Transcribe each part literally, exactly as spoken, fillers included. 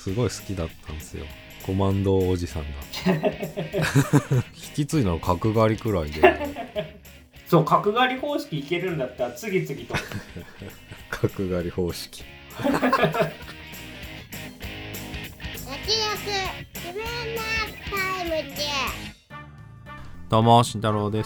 すごい好きだったんですよ、コマンドおじさんが引き継いだの角刈りくらいでそう、角刈り方式いけるんだったら次々と角刈り方式焼肉自分のタイムで。 どうも慎太郎です。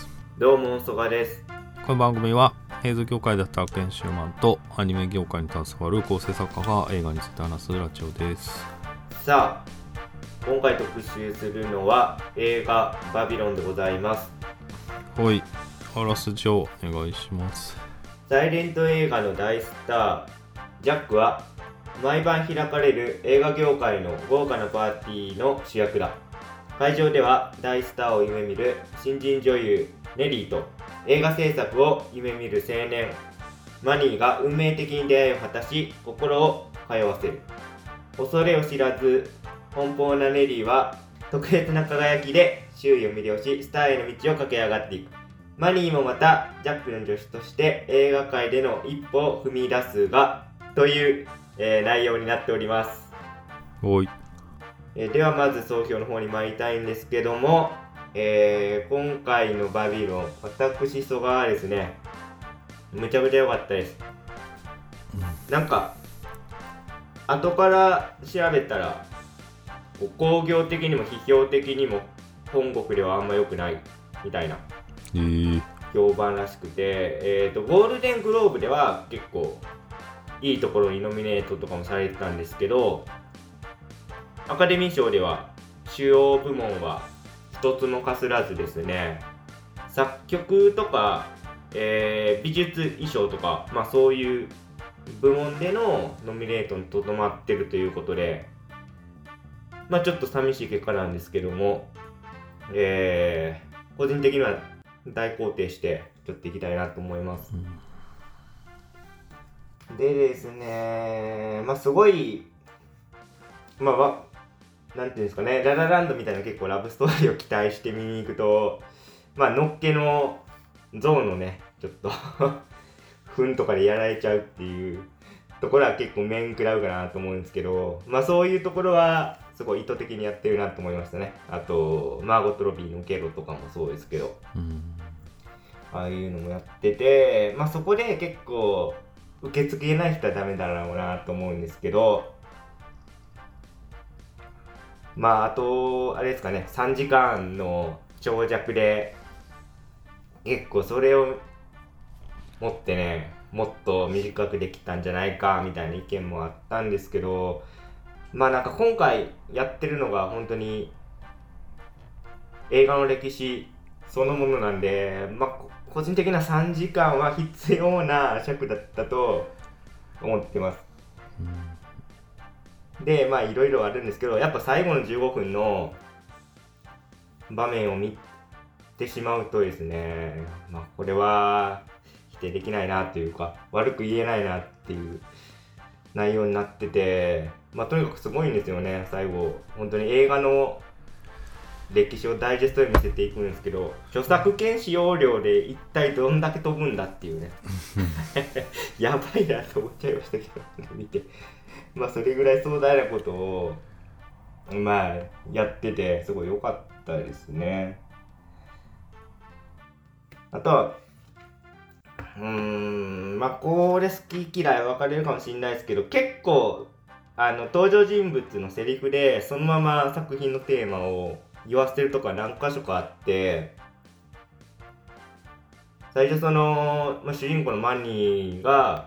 どうも曽我です。 この番組は映像業界で働く研修マンとアニメ業界に携わる構成作家が映画について話すラジオです。 さあ、今回特集するのは映画バビロンでございます。 はい、あらすじをお願いします。 サイレント映画の大スタージャックは毎晩開かれる映画業界の豪華なパーティーの主役だ。会場では大スターを夢見る新人女優ネリーと映画制作を夢見る青年マニーが運命的に出会いを果たし、心を通わせる。恐れを知らず奔放なネリーは特別な輝きで周囲を魅了し、スターへの道を駆け上がっていく。マニーもまたジャックの助手として映画界での一歩を踏み出すがという、えー、内容になっております。 おい、 えー、ではまず総評の方に参りたいんですけども、えー、今回のバビロン、私曽我はですね、むちゃむちゃ良かったです。なんか後から調べたら興行的にも批評的にも本国ではあんま良くないみたいなえー、 評判らしくて、えーと、ゴールデングローブでは結構いいところにノミネートとかもされてたんですけど、アカデミー賞では主要部門は一つもかすらずですね、作曲とか、えー、美術衣装とか、まあ、そういう部門でのノミネートにとどまってるということで、まあ、ちょっと寂しい結果なんですけども、えー、個人的には大肯定してちょっといきたいなと思います。うん、でですね、まあすごい、まあわなんていうんですかね、ララランドみたいな結構ラブストーリーを期待して見に行くと、まあのっけの象のね、ちょっと糞とかでやられちゃうっていうところは結構面食らうかなと思うんですけど、まあそういうところはすごい意図的にやってるなと思いましたね。あとマーゴット・ロビーのゲロとかもそうですけど、うん、ああいうのもやってて、まあそこで結構受け付けない人はダメだろうなと思うんですけど、まああとあれですかね、さんじかんの長尺で結構それを持ってね、もっと短くできたんじゃないかみたいな意見もあったんですけど、まあなんか今回やってるのが本当に映画の歴史そのものなんで、まあ個人的なさんじかんは必要な尺だったと思ってます。うん、でまあいろいろあるんですけど、やっぱ最後のじゅうごふんの場面を見てしまうとですね、まあこれは否定できないなというか悪く言えないなっていう内容になってて、まあとにかくすごいんですよね。最後本当に映画の歴史をダイジェストで見せていくんですけど、著作権使用料で一体どんだけ飛ぶんだっていうねやばいなと思っちゃいましたけど見て、まあそれぐらい壮大なことをまあやっててすごい良かったですね。あとはうーんまあこれ好き嫌い分かれるかもしれないですけど、結構あの登場人物のセリフでそのまま作品のテーマを言わせてるとこは何箇所かあって、最初その、まあ、主人公のマニーが、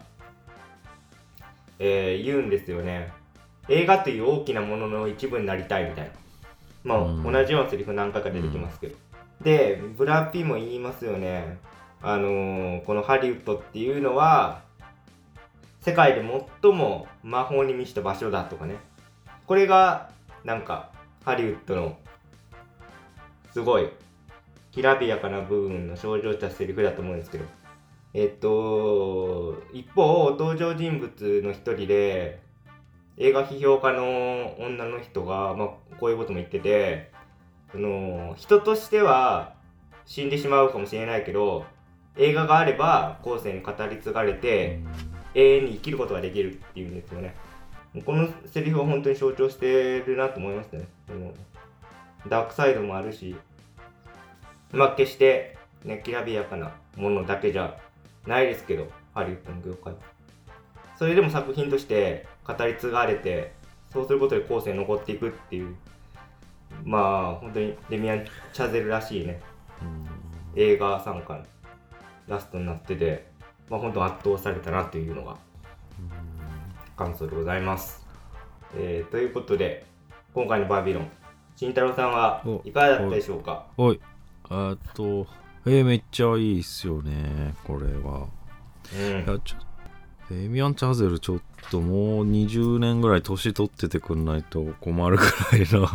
えー、言うんですよね。映画という大きなものの一部になりたいみたいな。まあ、うん、同じようなセリフ何回か出てきますけど、うん、でブラピも言いますよね。あのー、このハリウッドっていうのは世界で最も魔法に満ちた場所だとかね。これがなんかハリウッドのすごいきらびやかな部分の象徴したセリフだと思うんですけど、えっと一方登場人物の一人で映画批評家の女の人が、まあ、こういうことも言ってて、その人としては死んでしまうかもしれないけど映画があれば後世に語り継がれて永遠に生きることができるっていうんですよね。 このセリフは本当に象徴してるなと思いましたね。そのダークサイドもあるし、まあ決して、ね、きらびやかなものだけじゃないですけど、ハリウッドの業界。それでも作品として語り継がれて、そうすることで後世に残っていくっていう、まあ本当にデミアン・チャゼルらしいね、映画さんかんラストになってて、まあ本当圧倒されたなっていうのが感想でございます。えー、ということで今回のバビロン、慎太郎さんはいかがだったでしょうか。 おい、あっと、えー、めっちゃいいっすよね、これは。うん、いやちょデミアン・チャゼルちょっともうにじゅうねんぐらい年取っててくんないと困るくらいな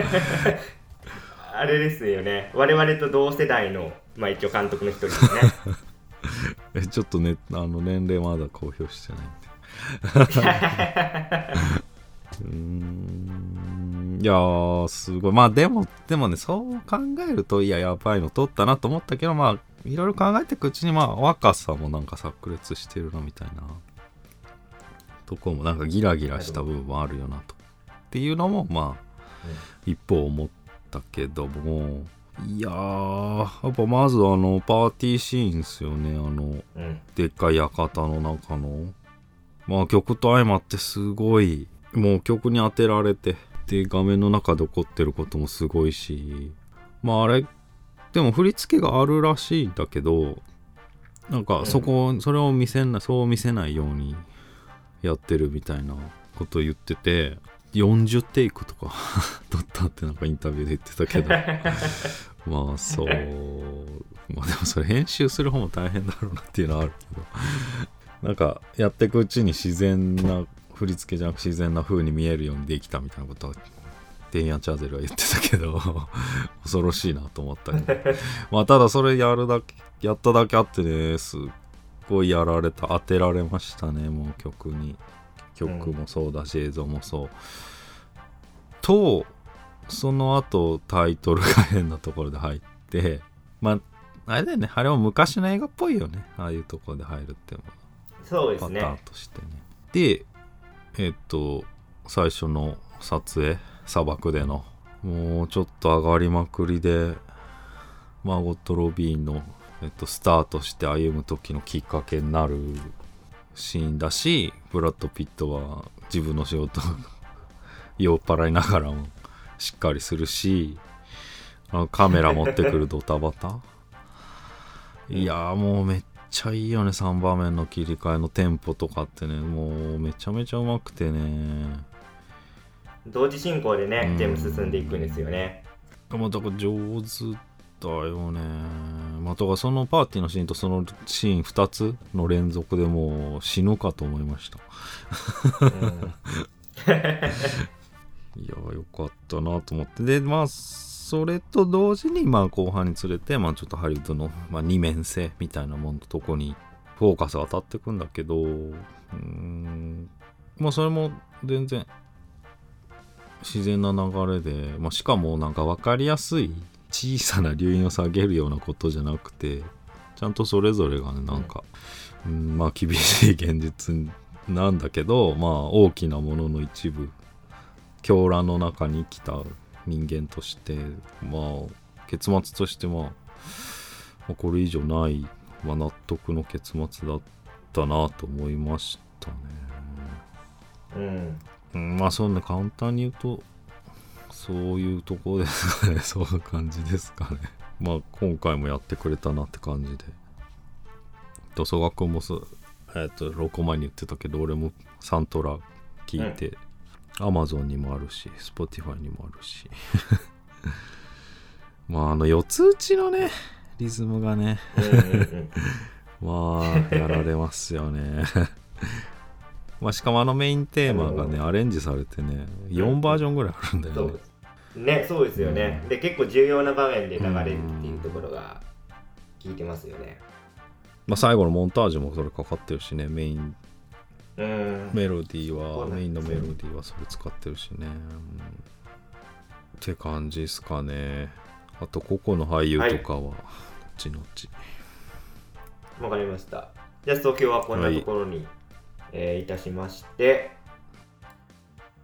あれですよね、我々と同世代の、まあ、一応監督の一人ですねえちょっとね、あの年齢まだ公表してないんでうーん、いやーすごい。まあでもでもね、そう考えるといややばいの撮ったなと思ったけど、まあいろいろ考えていくうちに、まあ若さもなんか炸裂してるなみたいなとこもなんかギラギラした部分もあるよなとっていうのもまあ、うん、一方思ったけども、いやーやっぱまずあのパーティーシーンですよね。あの、うん、でっかい館の中のまあ曲と相まってすごいもう曲に当てられて、で画面の中で起こってることもすごいし、まああれでも振り付けがあるらしいんだけど、なんかそこ、うん、それを見せない、そう見せないようにやってるみたいなことを言ってて、よんじゅうテイクとか撮ったってなんかインタビューで言ってたけどまあそう、まあでもそれ編集する方も大変だろうなっていうのはあるけどなんかやっていくうちに自然な振り付けじゃなく自然な風に見えるようにできたみたいなことはデミアン・チャゼルは言ってたけど恐ろしいなと思ったけどまあただそれやるだけやっただけあってね、すっごいやられた、当てられましたね。もう曲に曲もそうだし、うん、映像もそうと、その後タイトルが変なところで入って、まああれだよね、あれも昔の映画っぽいよね、ああいうところで入るってもそうですね、 パターンとしてね。でえっと最初の撮影、砂漠でのもうちょっと上がりまくりで、マーゴット・ロビーンの、えっと、スタートして歩む時のきっかけになるシーンだし、ブラッド・ピットは自分の仕事を酔っ払いながらもしっかりするし、あのカメラ持ってくるドタバタいやーもうめっちゃいいよね。さんばんめの切り替えのテンポとかってね、もうめちゃめちゃうまくてね、 同時進行でね全部進んでいくんですよね。 まあだから上手だよね。まあだからそのパーティーのシーンとそのシーンふたつの連続でもう死ぬかと思いましたうんいやよかったなと思って、でまあそれと同時にまあ後半につれて、まあちょっとハリウッドの、まあ、二面性みたいなもののとこにフォーカスが当たってくんだけど、うーんまあそれも全然自然な流れで、まあ、しかもなんか分かりやすい小さな留飲を下げるようなことじゃなくて、ちゃんとそれぞれがねなんか、うん、まあ厳しい現実なんだけど、まあ大きなものの一部、狂乱の中に生きた人間として、まあ結末としてまあ、まあ、これ以上ない、まあ、納得の結末だったなと思いましたね。 うんうん、まあそんな簡単に言うとそういうところですかねそういう感じですかね。まあ今回もやってくれたなって感じで、と曽我君もすえっとろっこまえに言ってたけど、俺もサントラ聞いて、うん、Amazon にもあるし Spotify にもあるしまああの四つ打ちのねリズムがねまあやられますよねまあしかもあのメインテーマがねアレンジされてねよんバージョンぐらいあるんだよね。 そうね、そうですよね、うん、で結構重要な場面で流れるっていうところが効いてますよね。 まあ最後のモンタージュもそれかかってるしね、メインメロディーはメインのメロディーはそれ使ってるしね、うん、って感じですかね。あと個々の俳優とかは後々 わかりました。じゃあ今日はこんなところに、はい、えー、いたしまして、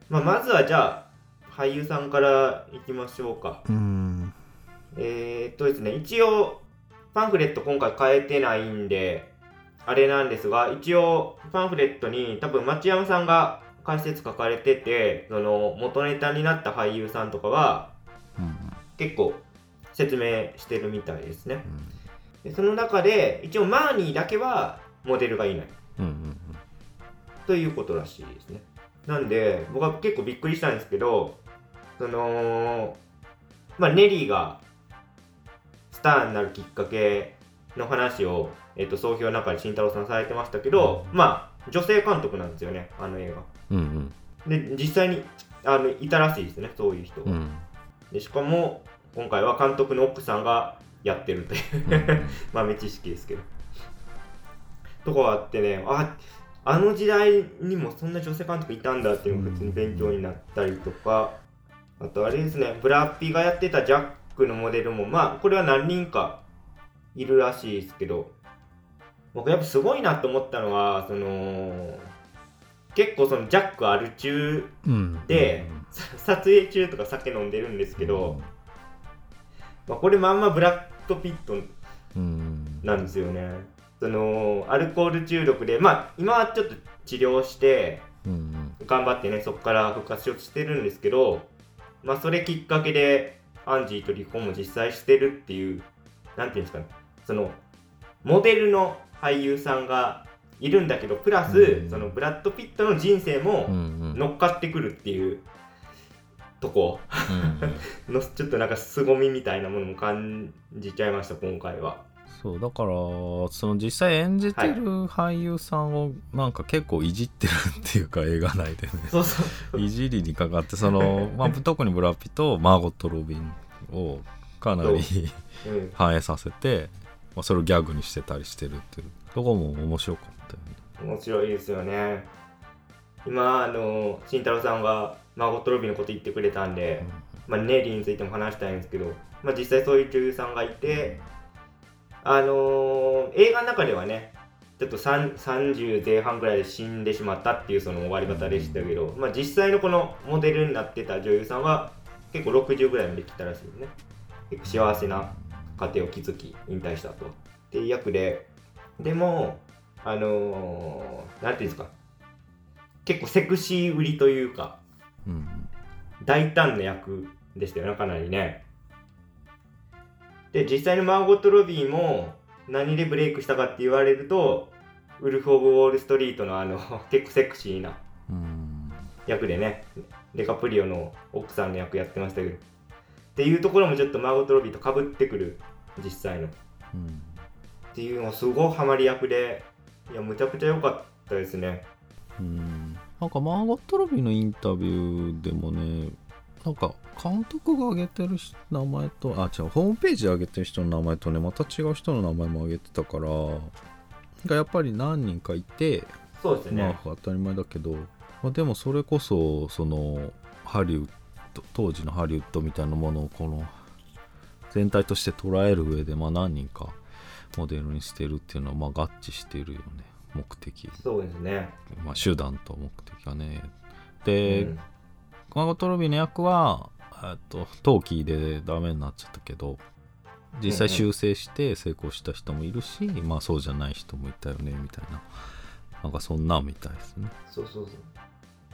まあ、まずはじゃあ俳優さんからいきましょうか。 うんえー、っとですね一応パンフレット今回変えてないんであれなんですが、一応パンフレットに多分町山さんが解説書かれてて、その元ネタになった俳優さんとかが結構説明してるみたいですね。でその中で一応マーニーだけはモデルがいない、うんうんうん、ということらしいですね。なんで僕は結構びっくりしたんですけど、そのまあネリーがスターになるきっかけの話を、えー、と総評の中で慎太郎さんされてましたけど、うん、まあ女性監督なんですよね、あの映画、うんうん、で実際にあのいたらしいですね、そういう人が、うん、でしかも今回は監督の奥さんがやってるという豆知識ですけどとかあってね、ああの時代にもそんな女性監督いたんだっていうのが普通に勉強になったりとか、あとあれですね、ブラッピがやってたジャックのモデルもまあこれは何人かいるらしいですけど、僕やっぱすごいなと思ったのは、その結構そのジャックある中で、うん、撮影中とか酒飲んでるんですけど、うんまあ、これまんまブラッド・ピットなんですよね、うん、そのアルコール中毒で、まあ今はちょっと治療して頑張ってね、そこから復活しようとしてるんですけど、まあそれきっかけでアンジーと離婚も実際してるっていう、なんていうんですかね、そのモデルの俳優さんがいるんだけどプラス、うん、そのブラッド・ピットの人生も乗っかってくるっていうとこ、うん、のちょっとなんか凄みみたいなものも感じちゃいました今回は。 そうだからその実際演じてる俳優さんをなんか結構いじってるっていうか、映画内でねそうそういじりにかかってその、まあ、特にブラピとマーゴット・ロビンをかなり、うん、反映させて、まあ、それをギャグにしてたりしてるっていうところも面白かったよね。面白いですよね。今あの慎太郎さんがマーゴット・ロビンのこと言ってくれたんで、うんまあ、ネリーについても話したいんですけど、まあ、実際そういう女優さんがいて、あのー、映画の中ではねちょっとさんじゅうぜん半ぐらいで死んでしまったっていうその終わり方でしたけど、まあ、実際のこのモデルになってた女優さんは結構ろくじゅうぐらいまで来たらしいですね。結構幸せな家庭を築き引退したとっていう役で、でもあのー、なんていうんですか、結構セクシー売りというか、うん、大胆な役でしたよね、かなりね。で実際のマーゴット・ロビーも何でブレイクしたかって言われるとウルフ・オブ・ウォール・ストリートのあの結構セクシーな役でね、デカプリオの奥さんの役やってましたけどっていうところもちょっとマーゴット・ロビーとかぶってくる実際の、うん、っていうのがすごいハマり役で、いやむちゃくちゃ良かったですね。 うんなんかマーゴット・ロビーのインタビューでもね、なんか監督が挙げてる名前とあ違うホームページで挙げてる人の名前とねまた違う人の名前も挙げてたから、なんかやっぱり何人かいて、 そうですね、 まあ当たり前だけど、まあ、でもそれこそそのハリウッド当時のハリウッドみたいなものをこの全体として捉える上で、まあ何人かモデルにしてるっていうのはまあ合致してるよね、目的。 そうですね、 まあ手段と目的がね。で、うんマーゴット・ロビーの役はとトーキーでダメになっちゃったけど実際修正して成功した人もいるし、うんうん、まあそうじゃない人もいたよねみたいな、なんかそんなみたいですね。 そうそうそう、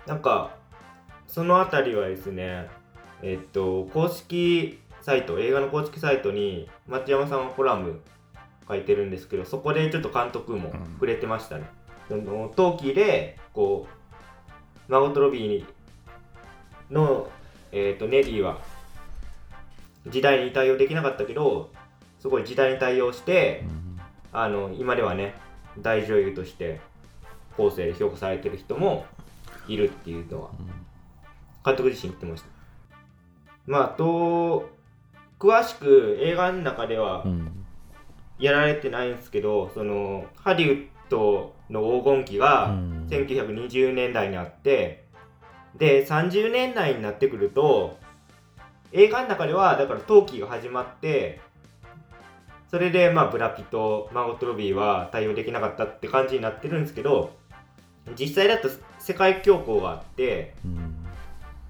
なんかそのあたりはですね、えっと公式サイト、映画の公式サイトに町山さんはコラム書いてるんですけど、そこでちょっと監督も触れてましたね、うん、そのトーキーでこうマーゴット・ロビーにの、えー、とネリーは時代に対応できなかったけどすごい時代に対応して、うん、あの今ではね大女優として後世で評価されてる人もいるっていうのは、うん、監督自身言ってました。まああと詳しく映画の中ではやられてないんですけど、そのハリウッドの黄金期がせんきゅうひゃくにじゅうねんだいにあって、でさんじゅうねんだいになってくると映画の中ではだからトーキーが始まって、それでまあブラピとマーゴット・ロビーは対応できなかったって感じになってるんですけど、実際だと世界恐慌があって、うん、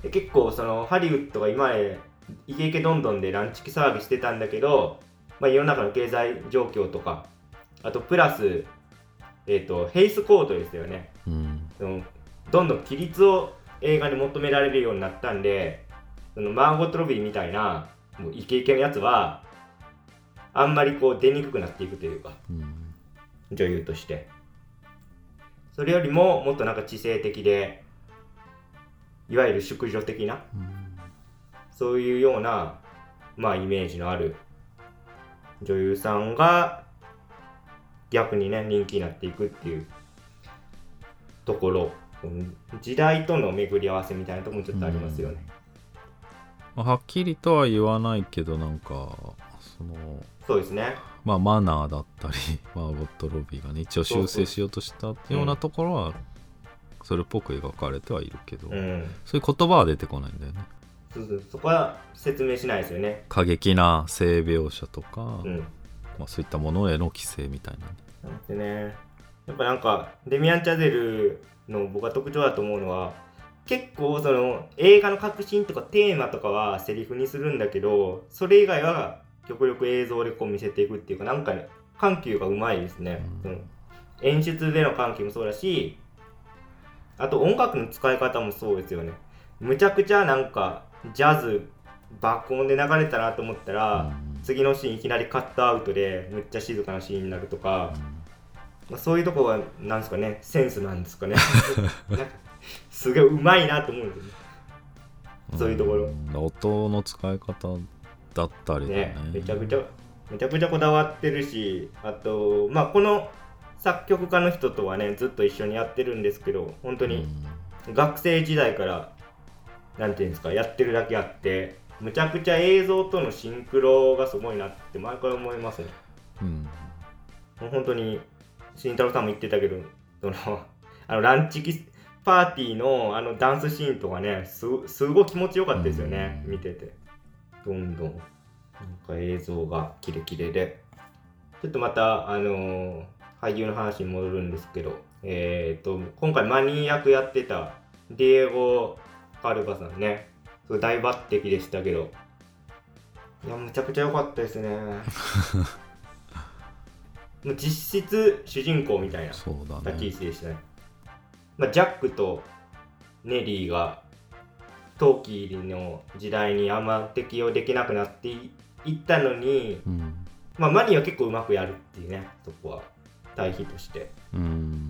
で結構そのハリウッドが今までイケイケどんどんでランチキ騒ぎしてたんだけど、まあ、世の中の経済状況とか、あとプラス、えーと、ヘイスコードですよね、 うん、 そのどんどん規律を映画に求められるようになったんで、そのマーゴット・ロビーみたいなもうイケイケのやつはあんまりこう出にくくなっていくというか、 うん、 女優としてそれよりももっとなんか知性的でいわゆる淑女的な、うん、そういうようなまあイメージのある女優さんが逆にね人気になっていくっていうところ、時代との巡り合わせみたいなところもちょっとありますよね、 うん、はっきりとは言わないけどなんかそのそうですね、 まあマナーだったりマーゴット・ロビーがね一応修正しようとしたようなところはそれっぽく描かれてはいるけど、うん、そういう言葉は出てこないんだよね。 そうそう、そこは説明しないですよね。 過激な性描写とか、 うん、 まあ、そういったものへの規制みたいな。 なんてね、やっぱなんかデミアン・チャゼルの僕が特徴だと思うのは、結構その映画の核心とかテーマとかはセリフにするんだけど、それ以外は極力映像でこう見せていくっていうか、なんかね緩急がうまいですね、うんうん、演出での緩急もそうだし、あと音楽の使い方もそうですよね。むちゃくちゃなんかジャズ爆音で流れたなと思ったら、うん、次のシーンいきなりカットアウトでむっちゃ静かなシーンになるとか、うん、まあ、そういうとこがなんですかね、センスなんですかねなんかすごいうまいなと思うんですよね、うん、そういうところ、 音の使い方だったりね、 めちゃくちゃめちゃくちゃこだわってるし、あとまあこの作曲家の人とはねずっと一緒にやってるんですけど、本当に学生時代からなんていうんですかやってるだけあって、むちゃくちゃ映像とのシンクロがすごいなって毎回思いますね、うん、もう本当に慎太郎さんも言ってたけど、そのあのランチキパーティーのあのダンスシーンとかね す, すごい気持ちよかったですよね、うん、見ててどんどんなんか映像がキレキレで、ちょっとまたあのー俳優の話に戻るんですけど、えー、と今回マニー役やってたディエゴ・カルバさんね、それ大抜擢でしたけど、いやむちゃくちゃ良かったですねもう実質主人公みたいな立ち位置でしたね。まあ、ジャックとネリーがトーキーの時代にあんま適用できなくなっていったのに、うん、まあ、マニーは結構うまくやるっていうね、そこは対比として、 うん、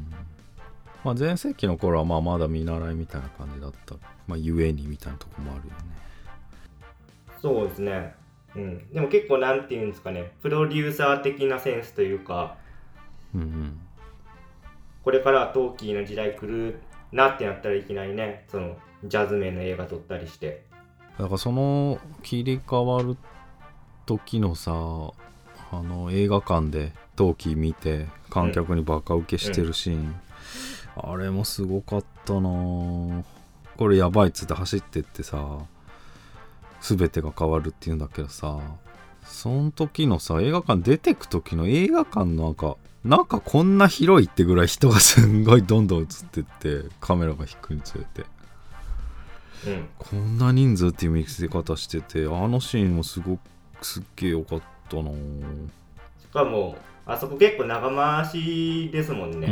まあ、前世紀の頃はまあまだ見習いみたいな感じだった、まあ、ゆえにみたいなとこもあるよね。 そうですね、うん、でも結構なんていうんですかね、プロデューサー的なセンスというか、うんうん、これからトーキーの時代来るなってなったらいきなりね、そのジャズ名の映画撮ったりして、 だからその切り替わる時のさ、あの映画館でトーキー見て観客にバカ受けしてるシーン、うんうん、あれもすごかったな。これやばいっつって走ってってさ、全てが変わるっていうんだけどさ、その時のさ映画館出てく時の映画館のなんかなんかこんな広いってぐらい人がすんごいどんどん映ってってカメラが引くにつれて、うん、こんな人数っていう見せ方してて、あのシーンもすごくすっげえ良かったな。 しかもあそこ結構長回しですもんね。うん、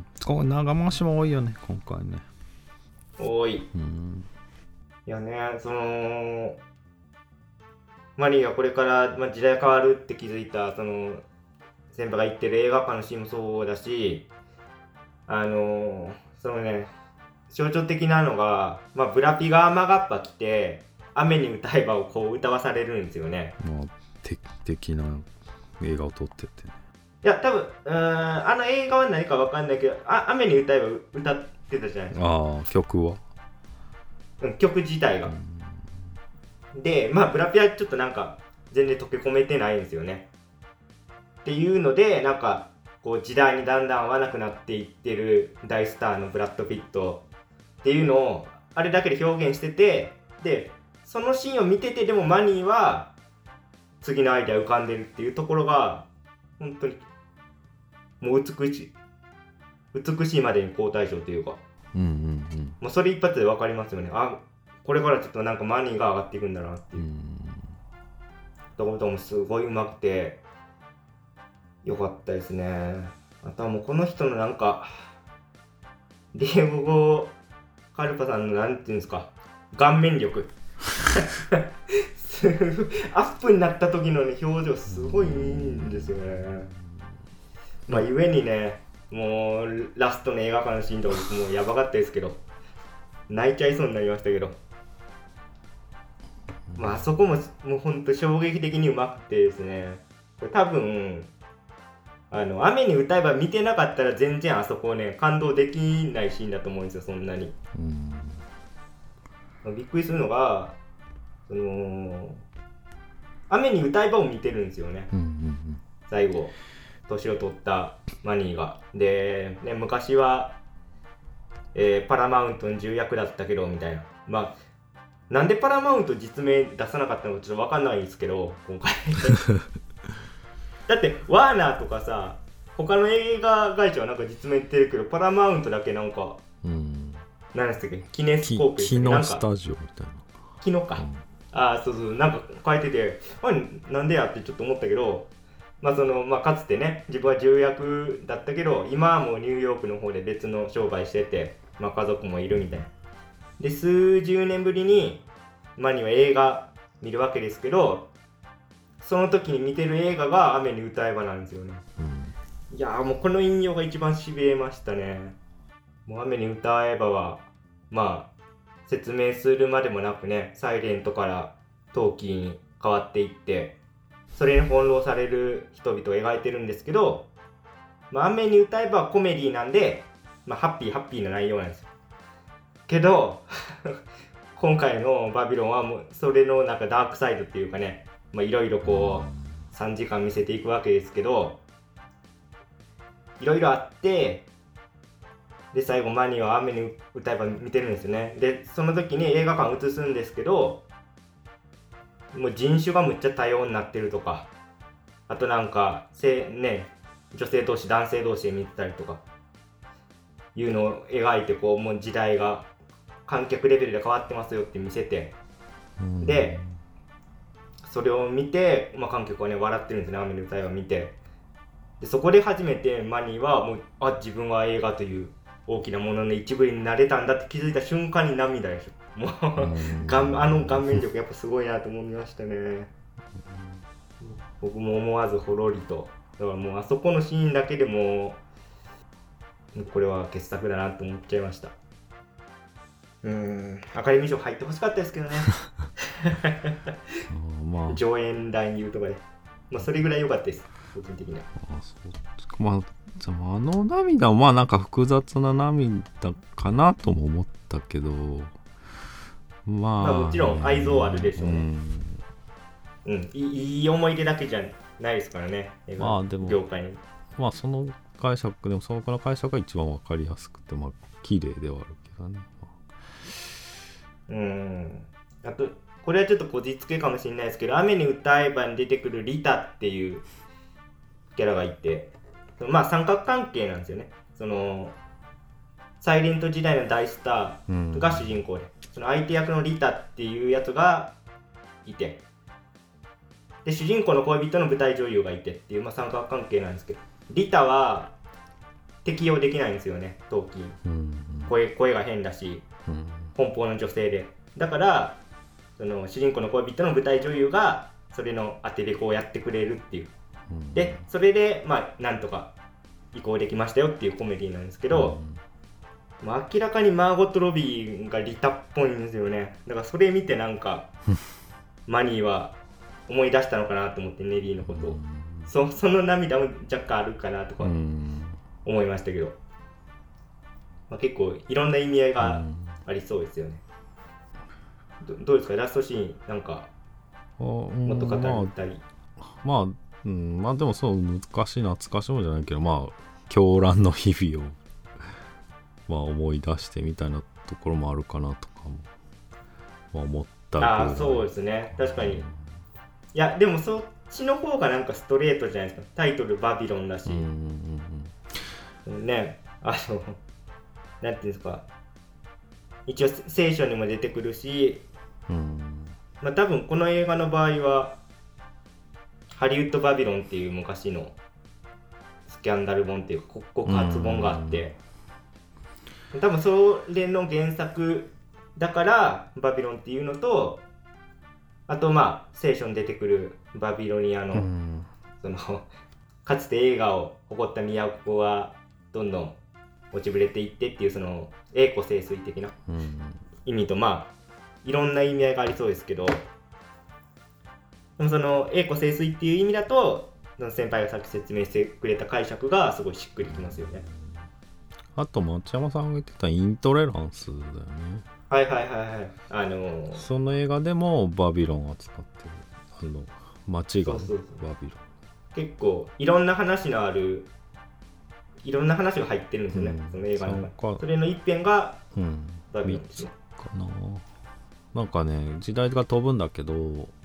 ここ長回しも多いよね今回ね。 多い、うん、いやね、そのマリーがこれから、まあ、時代変わるって気づいたその先輩が言ってる映画館のシーンもそうだし、あのー、そのね象徴的なのが、まあ、ブラピが雨がっぱ来て雨に歌えばをこう歌わされるんですよね。 まあ、敵的な映画を撮ってて、 いや多分うーんあの映画は何か分かんないけど、あ雨に歌えば歌ってたじゃないですか。 ああ曲は、 うん、曲自体が、うん、でまあブラピはちょっとなんか全然溶け込めてないんですよねっていうので、なんかこう時代にだんだん合わなくなっていってる大スターのブラッド・ピットっていうのをあれだけで表現してて、でそのシーンを見ててでもマニーは次のアイデア浮かんでるっていうところが本当にもう美しい美しいまでに好対象というか、うんうんうん、もうそれ一発で分かりますよね。あこれからちょっとなんかマニーが上がっていくんだなっていう、 うんとこともすごい上手くてよかったですね。あとはもうこの人のなんかディエゴゴカルパさんのなんていうんですか、顔面力アップになった時のね表情すごいいいんですよね。まあゆえにね、もうラストの映画館のシーンとかもうやばかったですけど泣いちゃいそうになりましたけど、まああそこももうほんと衝撃的にうまくてですね、これ多分あの雨に歌えば見てなかったら全然あそこね感動できないシーンだと思うんですよ、そんなに。うん、びっくりするのがその雨に歌えばを見てるんですよね、うんうんうん、最後年を取ったマニーがで、ね、昔は、えー、パラマウントの重役だったけどみたいな、まあなんでパラマウント実名出さなかったのかちょっと分かんないんですけど今回だってワーナーとかさ他の映画会社はなんか実名言ってるけどパラマウントだけなんか、うん、何でしたっけ、キネスコープキノスタジオみたいな、 キノか、うん、ああそうそうなんか書いててあなんでやってちょっと思ったけど、まあそのまあ、かつてね自分は重役だったけど今はもうニューヨークの方で別の商売してて、まあ、家族もいるみたいなで数十年ぶりにマニーは映画見るわけですけど、その時に見てる映画が雨に歌えばなんですよね、うん、いやーもうこの引用が一番しびれましたね。もう雨に歌えばはまあ説明するまでもなくね、サイレントからトーキーに変わっていってそれに翻弄される人々を描いてるんですけど、まあ、雨に歌えばコメディなんで、まあ、ハッピーハッピーな内容なんですよけど今回のバビロンはもうそれのなんかダークサイドっていうかね、いろいろこうさんじかん見せていくわけですけど、いろいろあってで最後マニーは雨に歌えば見てるんですよね。でその時に映画館映すんですけど、もう人種がむっちゃ多様になってるとか、あとなんかせ、ね、女性同士男性同士で見てたりとかいうのを描いてこうもう時代が観客レベルで変わってますよって見せて、でそれを見て、まあ、観客はね笑ってるんですね、雨の歌いを見て。でそこで初めてマニーはもうあ自分は映画という大きなものの一部になれたんだって気づいた瞬間に涙でしょ。もうあの顔面力やっぱすごいなと思いましたね。僕も思わずほろりと、だからもうあそこのシーンだけでもこれは傑作だなと思っちゃいました。うーんアカデミー賞入ってほしかったですけどねまあ、上演来言うとかで、まあ、それぐらい良かったです個人的には。あそうまあじゃあ、あの涙はまあなんか複雑な涙かなとも思ったけど、まあ、 まあ、もちろん愛憎あるでしょうね、うんうん、い, いい思い出だけじゃないですからね、 まあでも業界に。 まあその解釈でもそのから解釈が一番わかりやすくてまあ綺麗ではあるけどね、まあ、 うんあとこれはちょっとこじつけかもしれないですけど、雨に歌えばに出てくるリタっていうキャラがいて、まあ三角関係なんですよね。そのサイレント時代の大スターが主人公で、うん、その相手役のリタっていうやつがいて、で主人公の恋人の舞台女優がいてっていう、まあ、三角関係なんですけど、リタは適用できないんですよね、トーキー、うん、声, 声が変だし、うん、奔放の女性で、だからその主人公の恋人の舞台女優がそれの当てれこをやってくれるっていう、うん、でそれでまあなんとか移行できましたよっていうコメディなんですけど、うんまあ、明らかにマーゴット・ロビーがリタっぽいんですよね。だからそれ見てなんかマニーは思い出したのかなと思って、ネリーのことを、うん、そ, その涙も若干あるかなとか思いましたけど、まあ、結構いろんな意味合いがありそうですよね。ど, どうですかラストシーン、なんかもっと語ったり。 まあ、まあうん、まあでもそう難しい懐かしいもんじゃないけど、まあ狂乱の日々をまあ思い出してみたいなところもあるかなとかも、まあ、思ったぐらい。 ああそうですね、確かに、うん、いやでもそっちの方がなんかストレートじゃないですか。タイトルバビロンだし、うんうんうん、ねあのなんていうんですか、 一応聖書にも出てくるし、 うんまあ、多分この映画の場合はハリウッドバビロンっていう昔のスキャンダル本っていうか告発本があって、多分それの原作だからバビロンっていうのと、あとまあ聖書に出てくるバビロニアの、うん、そのかつて栄華を誇った都がどんどん落ちぶれていってっていうその栄枯盛衰的な意味と、まあいろんな意味合いがありそうですけど、でもその栄枯盛衰っていう意味だと先輩がさっき説明してくれた解釈がすごいしっくりきますよね。 あと松山さんが言ってたイントレランスだよね。 はいはいはいはい。あのー、 その映画でもバビロンを扱ってる、あの街がバビロン。 結構いろんな話のあるいろんな話が入ってるんですよね、うん、その映画の中。それの一編がバビロンですね。 かな。なんかね時代が飛ぶんだけど、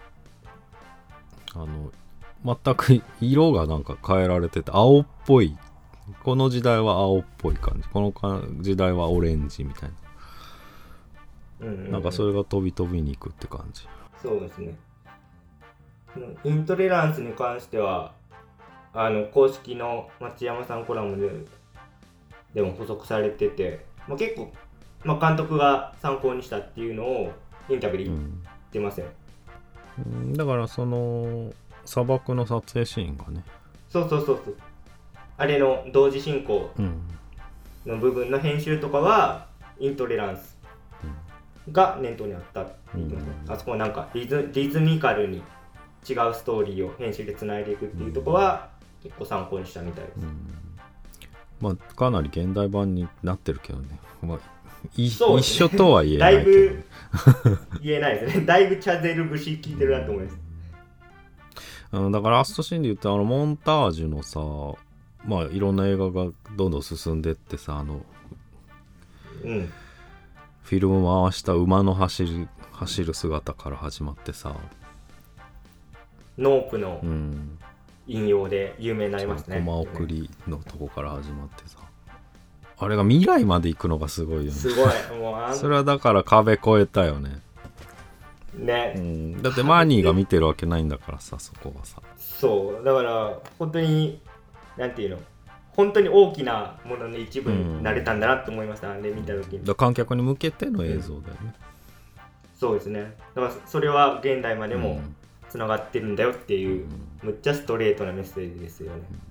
あの全く色がなんか変えられてて青っぽい。この時代は青っぽい感じ、この時代はオレンジみたいな、うんうんうん、なんかそれが飛び飛びに行くって感じ。 そうですね。イントレランスに関してはあの公式の町山さんコラムででも補足されてて、まあ、結構、まあ、監督が参考にしたっていうのをインタビューで言ってますよ、 うん、だからその砂漠の撮影シーンがね、 そうそうそうそう、あれの同時進行の部分の編集とかはイントレランスが念頭にあったって言ってますね、うん、あそこはなんかリズ、リズミカルに違うストーリーを編集でつないでいくっていうところは結構参考にしたみたいです、うん、 まあかなり現代版になってるけどね、まあ、い一緒とは言えないけど、 だいぶ言えないですね。だいぶチャゼル節聞いてるなと思います、 うん、だからラストシーンで言ったあのモンタージュのさ、まあいろんな映画がどんどん進んでってさ、あの、うん、フィルム回した馬の走る走る姿から始まってさ、 ノープの引用で有名になりますね。 コマ送りのとこから始まってさ、あれが未来まで行くのがすごいよね。 すごい。もうあんそれはだから壁越えたよね。 ね、 うん、だってマーニーが見てるわけないんだからさ、そこはさ。 そうだから本当になんていうの、本当に大きなものの一部になれたんだなと思いました、うん、あれ見た時に。 だ観客に向けての映像だよね、うん、 そうですね。だからそれは現代までもつながってるんだよっていう、うん、むっちゃストレートなメッセージですよね、うん、い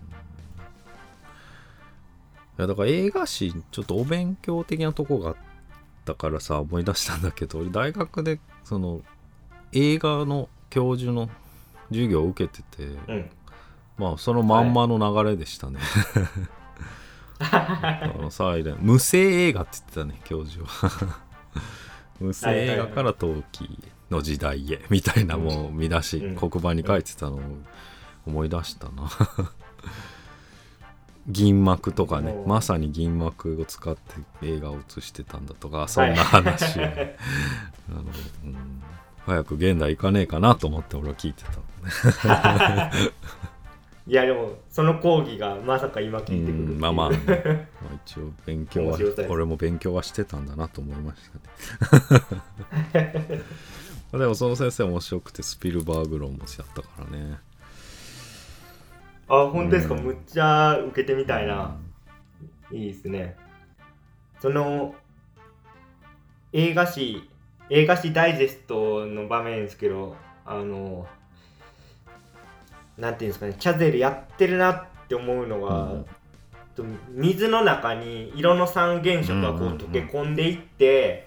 やだから映画史ちょっとお勉強的なとこがあったからさ思い出したんだけど、俺大学でその映画の教授の授業を受けてて、うん、まあそのまんまの流れでしたね、はい、あのサイレン無声映画って言ってたね教授は無声映画から陶器の時代へみたいなもう見出し、うん、黒板に書いてたのを思い出したな銀幕とかね、まさに銀幕を使って映画を映してたんだとか、そんな話を、ね、あの、うん、早く現代行かねえかなと思って俺は聞いてたいやでもその講義がまさか今聞いてくる、うん、 まあまあ、ね、まあ一応勉強は俺も勉強はしてたんだなと思いましたねでもその先生面白くてスピルバーグ論もしちゃったからね。 あ、本当ですか、うん、むっちゃ受けてみたいな、うん、いいですね。その映画史映画史ダイジェストの場面ですけど、あのなんていうんですかね、チャゼルやってるなって思うのが、うん、水の中に色の三原色がこう溶け込んでいって、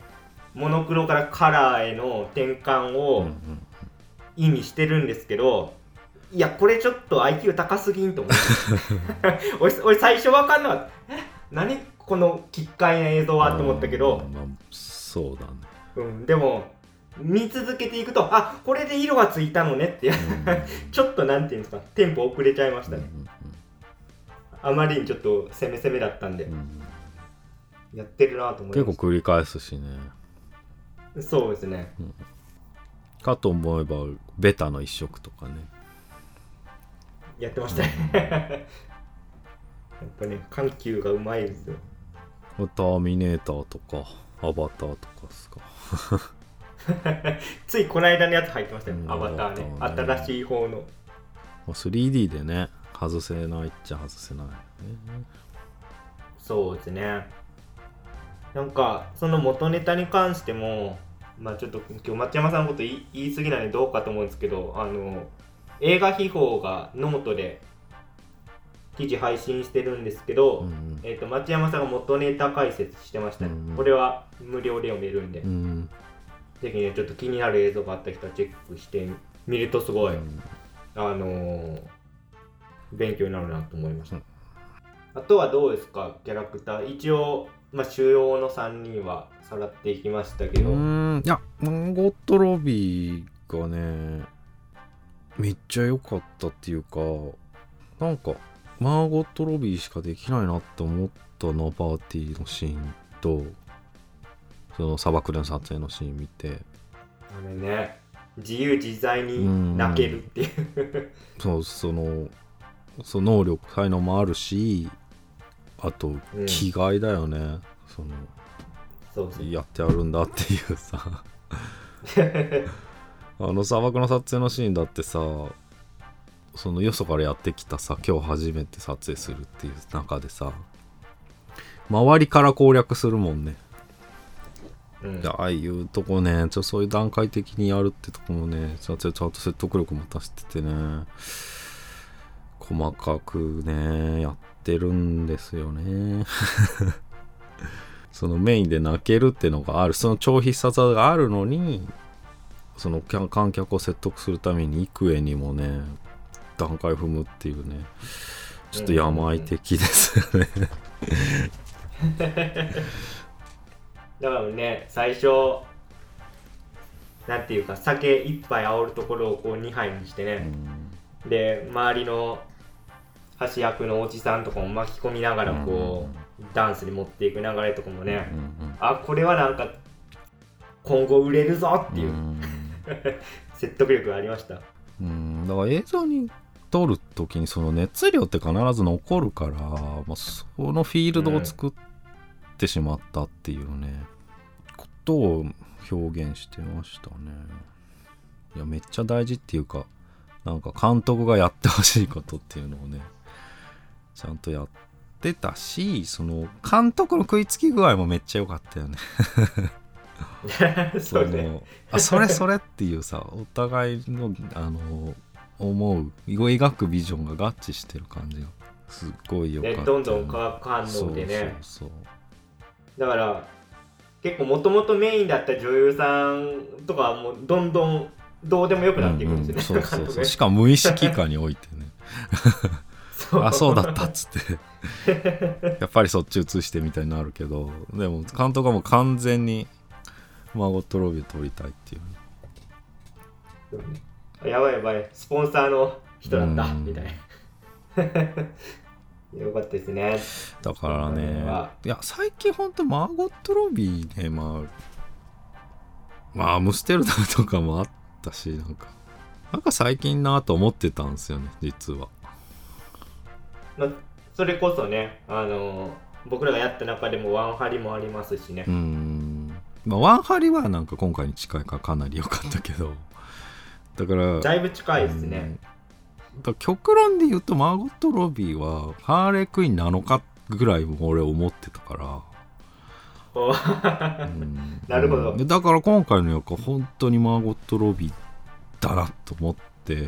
うんうんうん、モノクロからカラーへの転換を意味してるんですけど、いやこれちょっと アイキュー 高すぎんと思って俺, 俺最初分かんなかった。え何この奇怪な映像はと思ったけど、 まあ、そうだね、 うん、でも見続けていくと、あこれで色がついたのねってちょっとなんていうんですか、テンポ遅れちゃいましたね、うんうんうん、あまりにちょっと攻め攻めだったんで、うん、やってるなと思いました。 結構繰り返すしね。 そうですね、うん、かと思えばベタの一色とかねやってましたね、うん、やっぱね緩急がうまいですよ。 ターミネーターとかアバターとかですか。 ついこの間のやつ入ってましたよ、 うんアバターね。 アバターね新しい方の。 スリーディー でね外せないっちゃ外せないよね。 そうですね。なんかその元ネタに関しても、まあちょっと今日松山さんのこと言い言い過ぎなんでどうかと思うんですけど、あの映画秘宝がノートで記事配信してるんですけど、 うんえー、と町山さんが元ネタ解説してましたね、 うんこれは無料で読めるんで、 うんぜひねちょっと気になる映像があった人はチェックしてみるとすごい、 うんあのー、勉強になるなと思いました、 うんあとはどうですかキャラクター。一応、まあ、主要のさんにんはさらっていきましたけど、 うーんいやマーゴット・ロビーがねめっちゃ良かったっていうか、なんかマーゴット・ロビーしかできないなって思ったな。パーティーのシーンとその砂漠での撮影のシーン見て、 あれね自由自在に泣けるっていう、 そうそのその能力才能もあるし、あとうん気概だよね、そのそうそうやってやるんだっていうさあの砂漠の撮影のシーンだってさ、そのよそからやってきたさ今日初めて撮影するっていう中でさ周りから攻略するもんね。 うんでああいうとこね、ちょそういう段階的にやるってとこもね、ちゃんと説得力持たせててね、細かくねやってるんですよねそのメインで泣けるってのがある、その超必殺技があるのに、その観客を説得するために幾重にもね段階踏むっていうね、ちょっと病的ですよねだからね最初なんていうか酒一杯煽るところをこうにはいにしてね、で周りの橋役のおじさんとかも巻き込みながらこう、ダンスに持っていく流れとかもね、 うんうんあこれはなんか今後売れるぞっていう、 うん説得力がありました。 うんだから映像に撮るときにその熱量って必ず残るから、まあ、そのフィールドを作ってしまったっていうね、ことを表現してましたね。いやめっちゃ大事っていうか、なんか監督がやってほしいことっていうのをねちゃんとやってたし、その監督の食いつき具合もめっちゃ良かったよねそうねのあそれそれっていうさ、お互いのあの思う描くビジョンが合致してる感じがすっごい良かった、 ね、どんどん化学反応でね、 そうそうそうだから結構もともとメインだった女優さんとかはもうどんどんどうでもよくなっていくんですよね、 うんうん、そうそうそうしかも無意識下においてねそうあそうだったっつってやっぱりそっち移してみたいになるけど、でも監督はもう完全にマーゴット・ロビーを撮りたいっていう、 そうね、やばいやばいスポンサーの人だったみたいなよかったですね。 だからね、いや最近ほんとマーゴット・ロビーね、まあまあアムステルダムとかもあったし、なんかなんか最近なと思ってたんですよね実は。 まあ、それこそね、あのー、僕らがやった中でもワンハリもありますしね。 うーん、まあワンハリはなんか今回に近いからかなり良かったけど、だからだいぶ近いですね。 だから極論で言うとマーゴット・ロビーはハーレークイーンなのかぐらいも俺思ってたからおうん、 なるほど、 うん、だから今回の役は本当にマーゴット・ロビーだなと思って、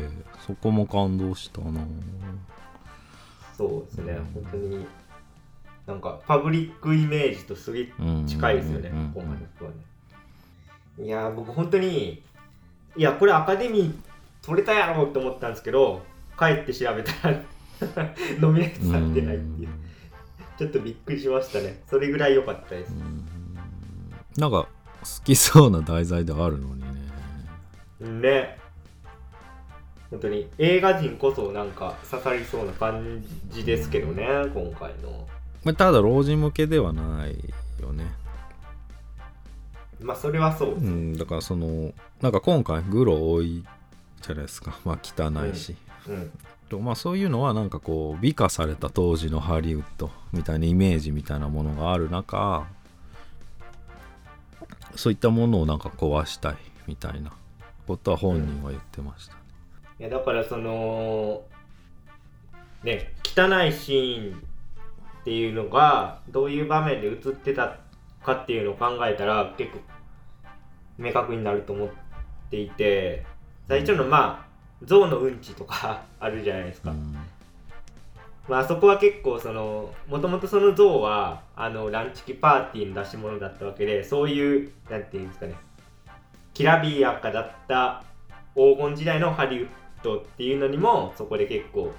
そこも感動したな。 そうですね、本当になんかパブリックイメージとすげえ近いですよね、 うんうんうんうん今回の人はね。いやー僕本当にいやこれアカデミー取れたやろうって思ったんですけど、帰って調べたらノミネートされてないっていう、ちょっとびっくりしましたね。それぐらい良かったです。 うんなんか好きそうな題材ではあるのにね。 ね、本当に映画人こそなんか刺さりそうな感じですけどね、今回の。 まあ、ただ老人向けではないよね。 まあそれはそうです、 うん、だからそのなんか今回グロ多いじゃないですか。まあ汚いし、 うんうんとまあそういうのはなんかこう美化された当時のハリウッドみたいなイメージみたいなものがある中、 そういったものをなんか壊したいみたいなことは本人は言ってました、ねうん、いやだからそのね汚いシーンっていうのがどういう場面で映ってたかっていうのを考えたら結構明確になると思っていて、最初のまあ象のうんちとかあるじゃないですか、うん、まあそこは結構そのもともとその象はあのランチキパーティーの出し物だったわけで、そういうなんていうんですかね、きらびやかだった黄金時代のハリウッドっていうのにもそこで結構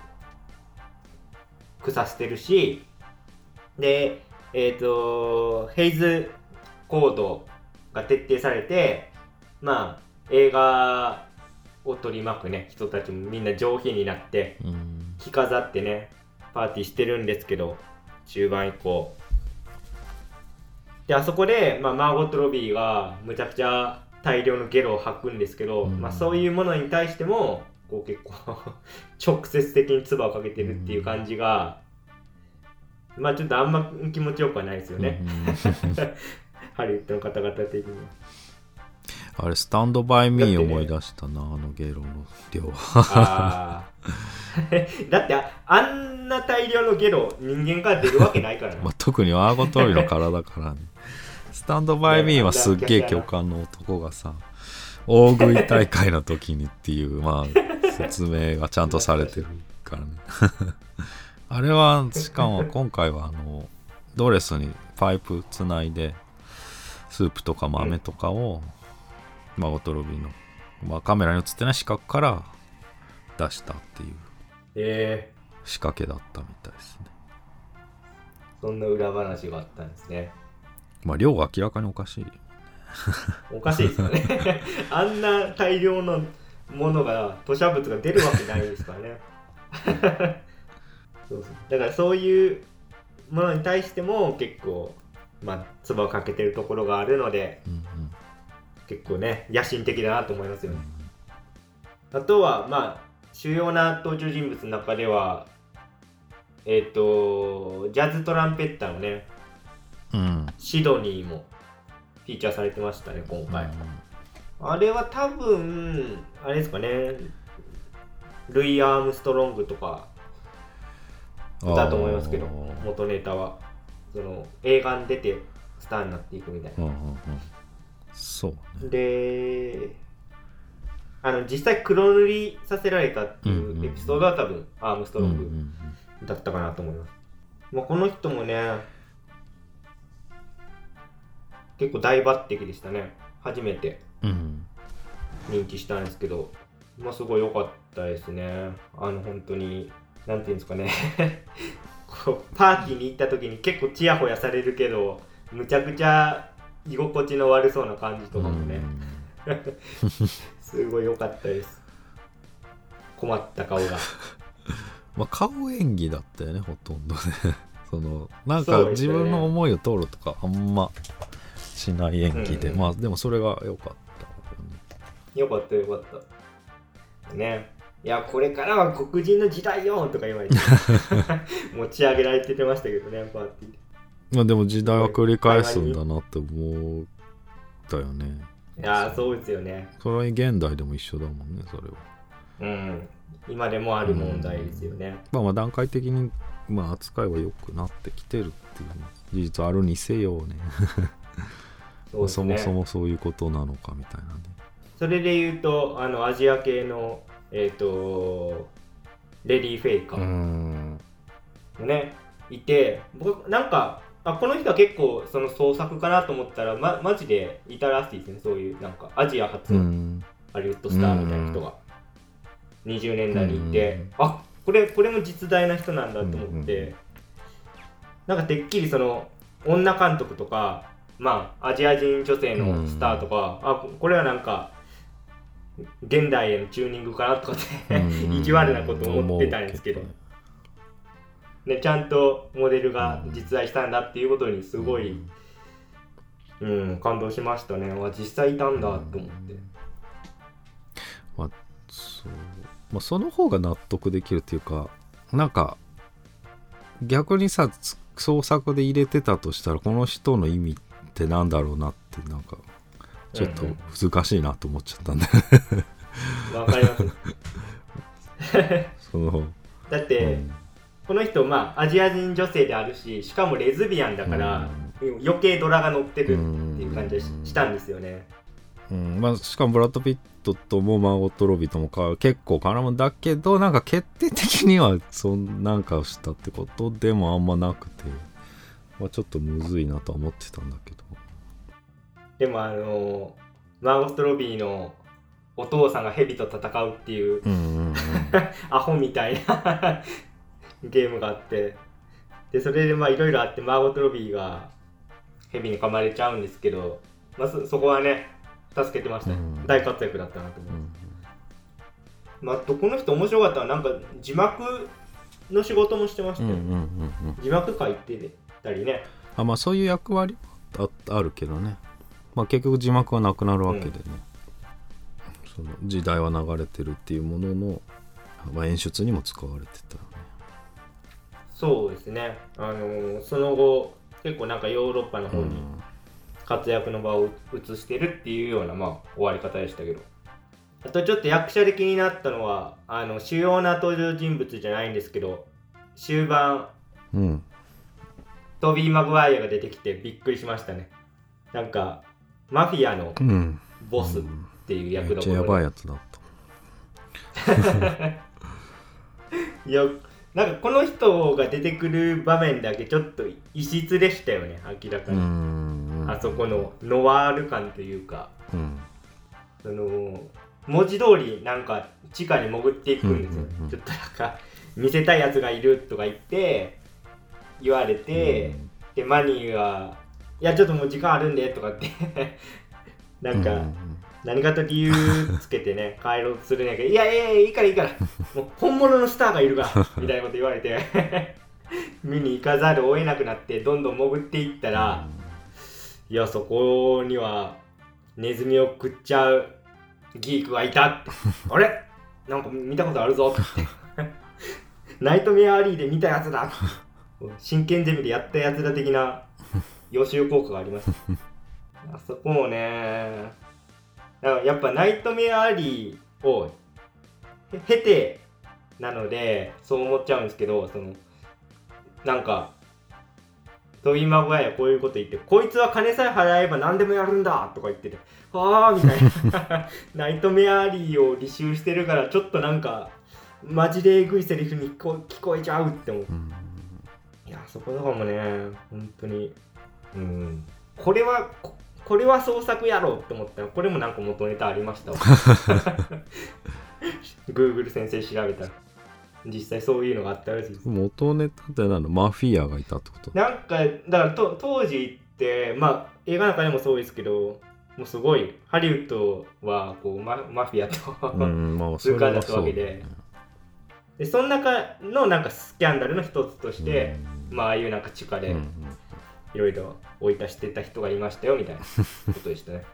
腐してるし、でえっ、ー、とヘイズコードが徹底されて、まあ映画を取り巻くね人たちもみんな上品になって着飾ってねパーティーしてるんですけど、中盤以降であそこで、まあ、マーゴット・ロビーがむちゃくちゃ大量のゲロを吐くんですけど、まあ、そういうものに対してもこう結構直接的に唾をかけてるっていう感じが、まあちょっとあんま気持ちよくはないですよねハリウッドの方々的に。 あれスタンドバイミー思い出したな、ね、あのゲロの量あだって あ, あんな大量のゲロ人間から出るわけないからな、 まあ、特にアーゴトリの体からねスタンドバイミーはすっげえ巨漢の男がさ大食い大会の時にっていうまあ説明がちゃんとされてるからねあれはしかも今回はあのドレスにパイプつないでスープとか豆とかを、うん、マーゴット・ロビーの、まあ、カメラに映ってない視角から出したっていう仕掛けだったみたいですね、 えー、そんな裏話があったんですね。 まあ量が明らかにおかしいおかしいですよねあんな大量のものが吐砂物が出るわけないですからねそうそう、だからそういうものに対しても結構まあ唾をかけてるところがあるので、うんうん、結構ね野心的だなと思いますよね、うん、あとはまあ主要な登場人物の中ではえっ、ー、とジャズトランペッターのね、うん、シドニーもフィーチャーされてましたね今回、うん、あれは多分あれですかね、ルイ・アームストロングとかだと思いますけど、元ネタはその映画に出てスターになっていくみたいな、うんうんうん、 そうね、 であの実際黒塗りさせられたっていうエピソードは多分アームストロングだったかなと思います、まあ、この人もね結構大抜擢でしたね。初めて認知したんですけど、まあ、すごい良かったですね。あの本当になんていうんですかねこうパーティーに行った時に結構チヤホヤされるけどむちゃくちゃ居心地の悪そうな感じとかもねすごい良かったです。困った顔がまあ顔演技だったよねほとんどねそのなんか自分の思いを通るとかあんましない演技で、うんうん、まあでもそれが良かったよかったよかったね。いやこれからは黒人の時代よとか言われて持ち上げられてましたけどねパーティーで。 まあでも時代は繰り返すんだなって思ったよね。 いやそうですよね。 それは現代でも一緒だもんねそれは。 うん今でもある問題ですよね、うん、 まあまあ段階的にまあ扱いは良くなってきてるっていう事実あるにせよねそうですね、まあ、そもそもそういうことなのかみたいなね。 それで言うとあのアジア系のえっ、ー、とレディー・フェイカーもねいて、僕なんかあこの人は結構その創作かなと思ったら、ま、マジでいたらしいですね。そういうなんかアジア初のハリウッドスターみたいな人がにじゅうねんだいにいて、あこれこれも実在な人なんだと思って、なんかてっきりその女監督とかまあアジア人女性のスターとか、あこれはなんか現代へのチューニングかなとかって意地悪なこと思ってたんですけど、ね、ちゃんとモデルが実在したんだっていうことにすごい、うん、感動しましたね。実際いたんだと思って、 まあそうまあ、その方が納得できるっていうか、なんか逆にさ創作で入れてたとしたらこの人の意味ってなんだろうなってなんかちょっと難しいなと思っちゃったんでわかりますそのだって、うん、この人まあアジア人女性であるし、しかもレズビアンだから、うん、余計ドラが乗ってるっていう感じが し,、うん、したんですよね、 うんまあ、しかもブラッド・ピットともマーゴット・ロビーともか結構絡むんだけど、なんか決定的にはそんなんかをしたってことでもあんまなくて、まあ、ちょっとむずいなとは思ってたんだけど、 でもあのマーゴット・ロビーのお父さんがヘビと戦うっていう、うんうんうん、アホみたいなゲームがあって、でそれでまあいろいろあってマーゴット・ロビーがヘビに噛まれちゃうんですけど、まあ、そ, そこはね助けてましたね、うん、大活躍だったなと思います、うんまあ、とこの人面白かったのはなんか字幕の仕事もしてましたよ、うんうんうんうん、字幕書いてたりね、 あ、まあ、そういう役割は あ, あるけどね、まあ、結局字幕はなくなるわけでね、うん、その時代は流れてるっていうものの、まあ、演出にも使われてたよね。 そうですね、あのー、その後結構なんかヨーロッパの方に活躍の場を移してるっていうような、まあ、終わり方でしたけど、あとちょっと役者で気になったのはあの主要な登場人物じゃないんですけど、終盤、うん、トビー・マグワイアが出てきてびっくりしましたね。なんかマフィアのボスっていう役どころで、うんうん、めっちゃやばいやつだったいやなんかこの人が出てくる場面だけちょっと異質でしたよね、明らかに。うんあそこのノワール感というか、うん、その文字通りなんか地下に潜っていくんですよ、うんうんうん、ちょっとなんか見せたいやつがいるとか言って言われて、うん、でマニーはいやちょっともう時間あるんでとかってなんか、うんうん何かと理由つけてね帰ろうとするんやけど、いやいやいやいいからいいからもう本物のスターがいるからみたいなこと言われて見に行かざるを得なくなってどんどん潜っていったら、うん、いやそこにはネズミを食っちゃうギークがいたってあれなんか見たことあるぞってナイトメアリーで見たやつだ真剣ゼミでやったやつだ的な予習効果がありますあそこもねやっぱナイトメアリーを経てなのでそう思っちゃうんですけど、そのなんかトビー・マグワイアこういうこと言ってこいつは金さえ払えば何でもやるんだとか言っててあーみたいなナイトメアリーを履修してるからちょっとなんかマジでエグいセリフに聞こ、聞こえちゃうって思う、うん、いやそこだからもね本当にうんこれはこれは創作やろうって思ったらこれもなんか元ネタありましたわGoogle 先生調べたら実際そういうのがあったらしいです。 元ネタって何のマフィアがいたってこと？ なんかだからと当時ってまあ映画の中でもそうですけどもうすごいハリウッドはこう マ, マフィアとうんまあ通過だったわけで、でその中のなんかスキャンダルの一つとして、うん、まあああいうなんか地下で、うんうんいろいろ追い出してた人がいましたよみたいなことでしたね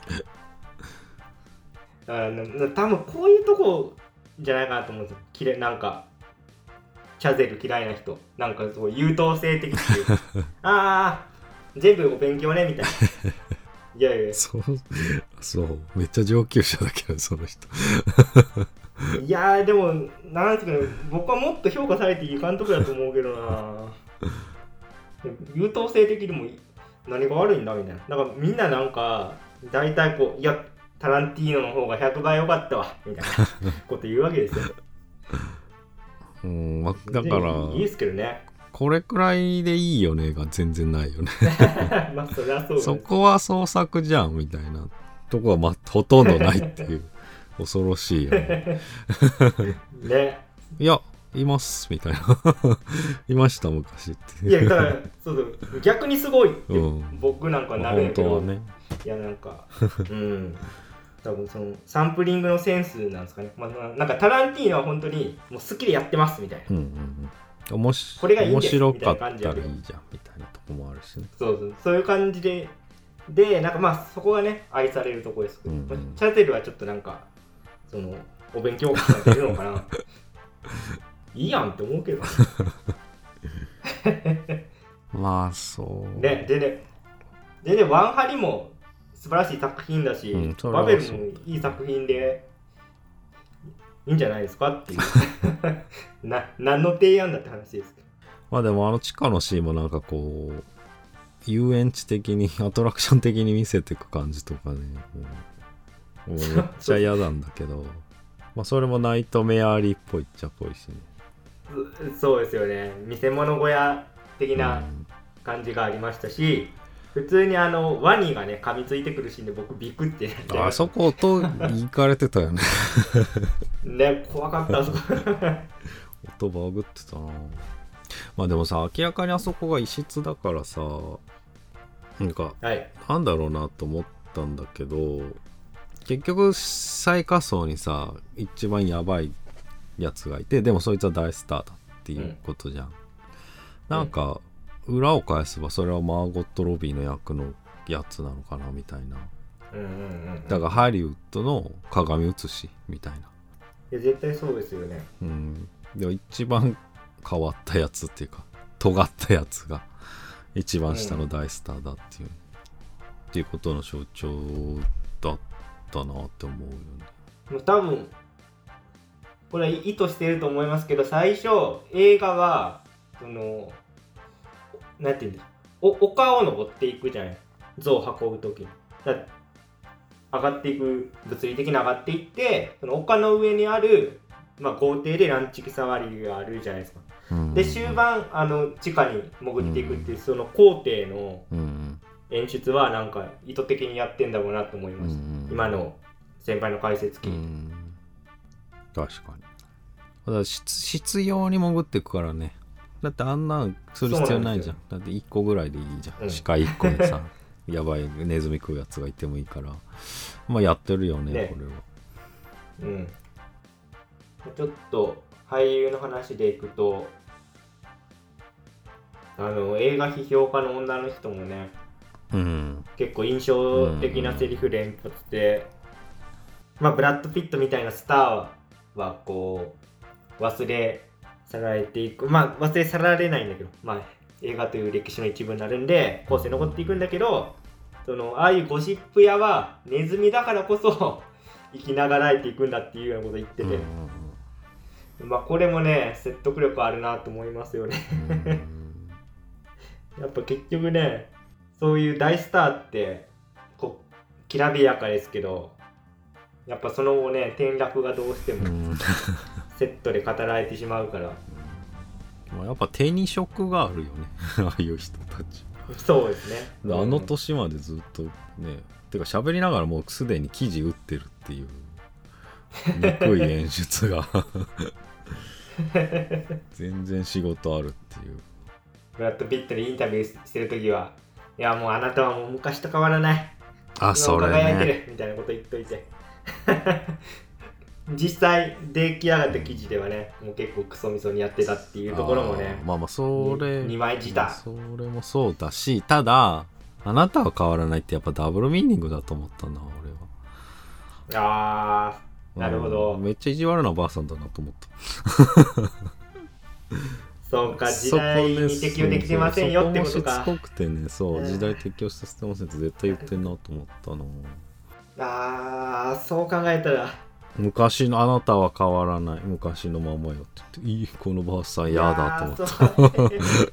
だから多分こういうとこじゃないかなと思うんですよ。きれなんかチャゼル嫌いな人なんかそう優等生的っていうああ全部お勉強ねみたいないやいやそうそうめっちゃ上級者だけどその人いやーでもなんですかね僕はもっと評価されていい監督だと思うけどな優等生的にも何が悪いんだみたいな。だからみんななんか大体こういやタランティーノの方がひゃくばい良かったわみたいなこと言うわけですようん、ま、だからいいですけどねこれくらいでいいよねが全然ないよねまあそりゃそうです。 そこは創作じゃんみたいなとこは、ま、ほとんどないっていう恐ろしいよねねいやいますみたいな。いました昔って。 いやだからそうそう逆にすごいって、うん、僕なんかなるんやけど、まあ、本当はね。いやなんかうん多分そのサンプリングのセンスなんですかね。まあ、なんかタランティーノは本当にもう好きでやってますみたいな。うんうんうん、もしこれがいいんです面白かったらいいじゃんみたいなとこもあるしね。そうそうそういう感じででなんかまあそこがね愛されるところですけど、うんうん、チャゼルはちょっとなんかそのお勉強されてるのかな。いいやんって思うけど。 まあそう。 ねでねでねワンハリも素晴らしい作品だし、 うんそれはバベルもいい作品でいいんじゃないですかっていうな何の提案だって話ですけど。 まあでもあの地下のシーンもなんかこう遊園地的にアトラクション的に見せていく感じとかね、もうもうめっちゃ嫌なんだけどまあそれもナイトメアリーっぽいっちゃっぽいしね。 そそうですよね、見せ物小屋的なうん感じがありましたし、普通にあのワニがね噛みついてくるシーンで僕ビクってなっちゃいまあしたそこ音いかれてたよねね、怖かったあそこ音バグってたな。まあでもさ明らかにあそこが異質だからさなんかはいなんだろうなと思ったんだけど結局最下層にさ一番やばいやつがいてでもそいつは大スターだっていうことじゃん、うん、なんか裏を返せばそれはマーゴット・ロビーの役のやつなのかなみたいな、 うんうんうんうん、 だからハリウッドの鏡写しみたいな。いや絶対そうですよね。 うん、でも一番変わったやつっていうか尖ったやつが一番下の大スターだっていう、うん、っていうことの象徴だったなって思うよね。 もう多分これは意図してると思いますけど、最初映画はそのなんていうんだお丘を登っていくじゃない、像を運ぶときにだ上がっていく、物理的に上がっていってその丘の上にある、まあ、豪邸でランチ触りがあるじゃないですか、うん、で終盤あの地下に潜っていくっていう、うん、その皇帝の演出はなんか意図的にやってんだろうなと思いました、うん、今の先輩の解説聞いて、うん、 確かにだから必要に潜っていくからね。だってあんなする必要ないじゃん。だっていっこぐらいでいいじゃん、うん、視界いっこでさやばいネズミ食うやつがいてもいいからまあやってるよ ね, ねこれは。うんちょっと俳優の話でいくとあの映画批評家の女の人もね、うん、結構印象的なセリフ連発で、うん、まあブラッド・ピットみたいなスターはこう忘れ去られていく、まあ忘れ去られないんだけど、まあ映画という歴史の一部になるんで後世残っていくんだけど、そのああいうゴシップ屋はネズミだからこそ生きながらえていくんだっていうようなこと言ってて、うん、まあこれもね説得力あるなと思いますよねやっぱ結局ねそういう大スターってこうきらびやかですけどやっぱその後ね転落がどうしてもセットで語られてしまうから、 まあ、やっぱ手に職があるよねああいう人たち。 そうですね。 あの年までずっとね、てか喋りながらもうすでに記事打ってるっていう憎い演出が全然仕事あるっていう。 ブラッド・ピットにインタビューしてるときはいやもうあなたはもう昔と変わらない、 あそれね輝いてるみたいなこと言っといて実際出来上がった記事ではねもう結構クソみそにやってたっていうところもね、 まあまあそれにまい舌、 それもそうだし、ただあなたは変わらないってやっぱダブルミーニングだと思ったな俺は。あーなるほど、 うん、めっちゃ意地悪なばあさんだなと思ったそうか時代に適応できてませんよってことか。 そこもしつこくてね、そう、うん、時代適応させてませんって絶対言ってんなと思ったの。 あーそう考えたら昔のあなたは変わらない昔のままよって言っていいこのばあさん嫌だと思った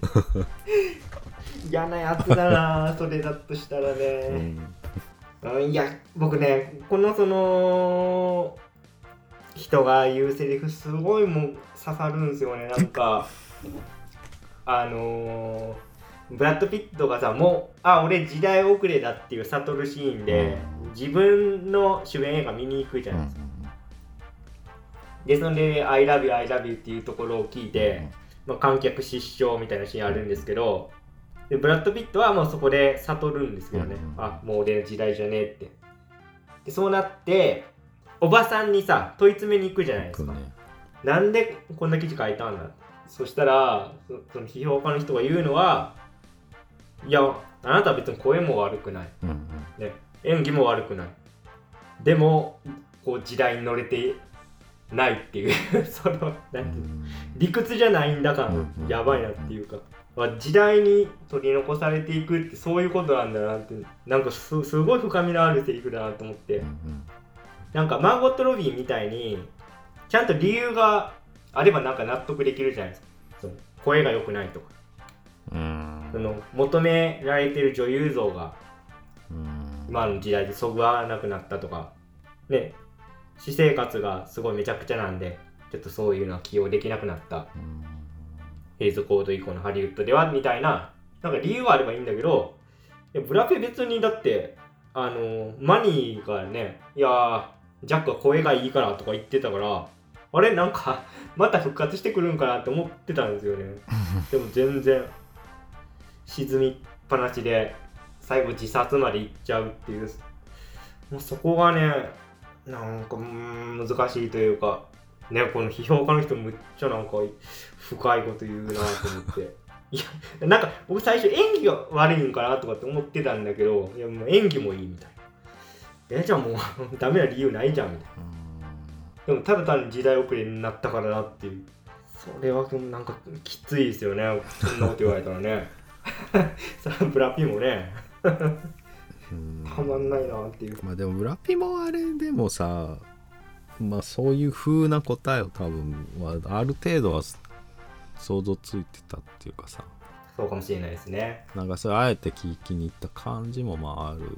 嫌なやつだなそれだとしたらね、うん、いや僕ねこのその人が言うセリフすごいもう刺さるんですよね。なんかあのー、ブラッド・ピットがさもうあ俺時代遅れだっていう悟るシーンで、うん、自分の主演映画見に行くじゃないですか、うんでそれで I love you, I love you っていうところを聞いて、まあ、観客失笑みたいなシーンあるんですけどでブラッド・ピットはもうそこで悟るんですけどね、うん、あもう俺の時代じゃねえってでそうなっておばさんにさ問い詰めに行くじゃないですか、ね、なんでこんな記事書いたんだ。そしたら そ, その批評家の人が言うのはいやあなたは別に声も悪くない、うんうんね、演技も悪くないでもこう時代に乗れてないっていうそのなんていう理屈じゃないんだからやばいなっていうか、 時代に取り残されていくってそういうことなんだなって、なんか す, すごい深みのあるセリフだなと思って、うんうん、なんかマーゴット・ロビーみたいにちゃんと理由があればなんか納得できるじゃないですか。その声が良くないとか、うん、その求められてる女優像が、うん、今の時代でそぐわなくなったとかね、私生活がすごいめちゃくちゃなんでちょっとそういうのは起用できなくなった、うん、ヘイズコード以降のハリウッドではみたいな、なんか理由はあればいいんだけど、ブラペ別にだってあのマニーがね、いやジャックは声がいいからとか言ってたから、あれなんかまた復活してくるんかなって思ってたんですよね。でも全然沈みっぱなしで最後自殺まで行っちゃうっていう、もうそこがねなんかうーん難しいというかね、この批評家の人むっちゃなんか深いこと言うなと思っていやなんか僕最初演技が悪いんかなとかって思ってたんだけど、いやもう演技もいいみたいな、えじゃあもうダメな理由ないじゃんみたいな。でもただ単に時代遅れになったからなっていう、それはなんかきついですよね、そんなこと言われたらねそれはブラピもねたまんないなっていう。 まあでもブラピもあれでもさ、まあそういう風な答えを多分はある程度は想像ついてたっていうかさ、 そうかもしれないですね。 なんかそれあえて聞きに行った感じもまああるよね。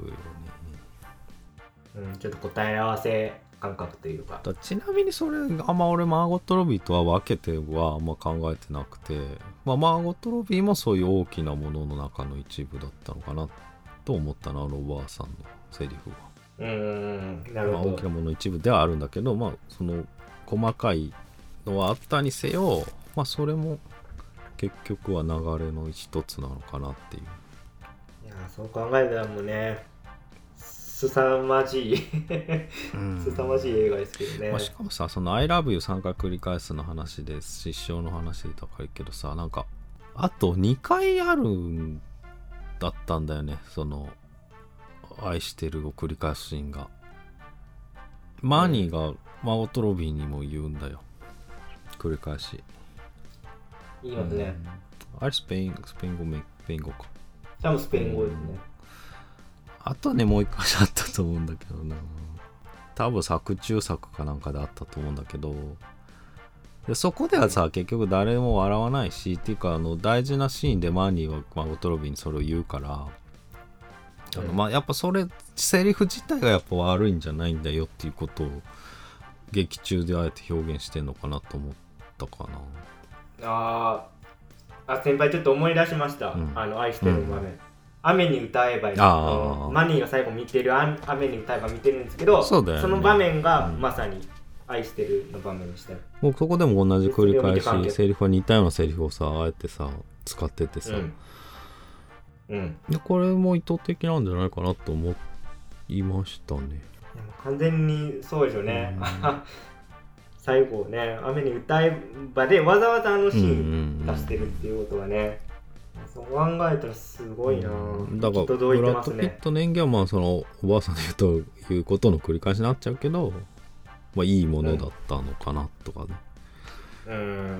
うん、ちょっと答え合わせ感覚というか。 だちなみにそれあんま俺マーゴット・ロビーとは分けてはあんま考えてなくて、まあ、マーゴット・ロビーもそういう大きなものの中の一部だったのかなと思ったな、あのおばあさんのセリフは。 うーん、なるほど。 まあ、大きなものの一部ではあるんだけど、まあその細かいのはあったにせよ、まあそれも結局は流れの一つなのかなっていう。 いやそう考えたらもうね、すさまじいすさまじい映画ですけどね。 まあ、しかもさ、その I love you さんかい繰り返すの話で失笑の話で高いけどさ、なんかあとにかいあるんだったんだよね、その愛してるを繰り返すシーンが。マニーがマーゴット・ロビーにも言うんだよ、繰り返し言いますね、 うん、あれスペインスペイン語メスペイン語か、 多分スペイン語ですね、うん、 あとはねもう一回あったと思うんだけどな、多分作中作かなんかであったと思うんだけど、でそこではさ、うん、結局誰も笑わないし、っていうかあの大事なシーンでマニーはマーゴット・ロビーにそれを言うから、あのまあやっぱそれセリフ自体がやっぱ悪いんじゃないんだよっていうことを劇中であえて表現してんのかなと思ったかな。ああ、先輩ちょっと思い出しました、うん、あの愛してる場面、うん、雨に歌えばいい、あマニーが最後見てる雨に歌えば見てるんですけど、 そ,、ね、その場面がまさに愛してるの場面でした、うん、 もうそこでも同じ繰り返しセリフは似たようなセリフをさあえてさ使っててさ、うんうん、でこれも意図的なんじゃないかなと思いましたね。 完全にそうでしょうね、うん、最後ね雨に歌えばでわざわざあのシーン出してるっていうことはね、そう考えたらすごいな、うん、 だからブラッド・ピットの演技はまあそのおばあさんで言うということの繰り返しになっちゃうけど、まあいいものだったのかなとかね、 うん、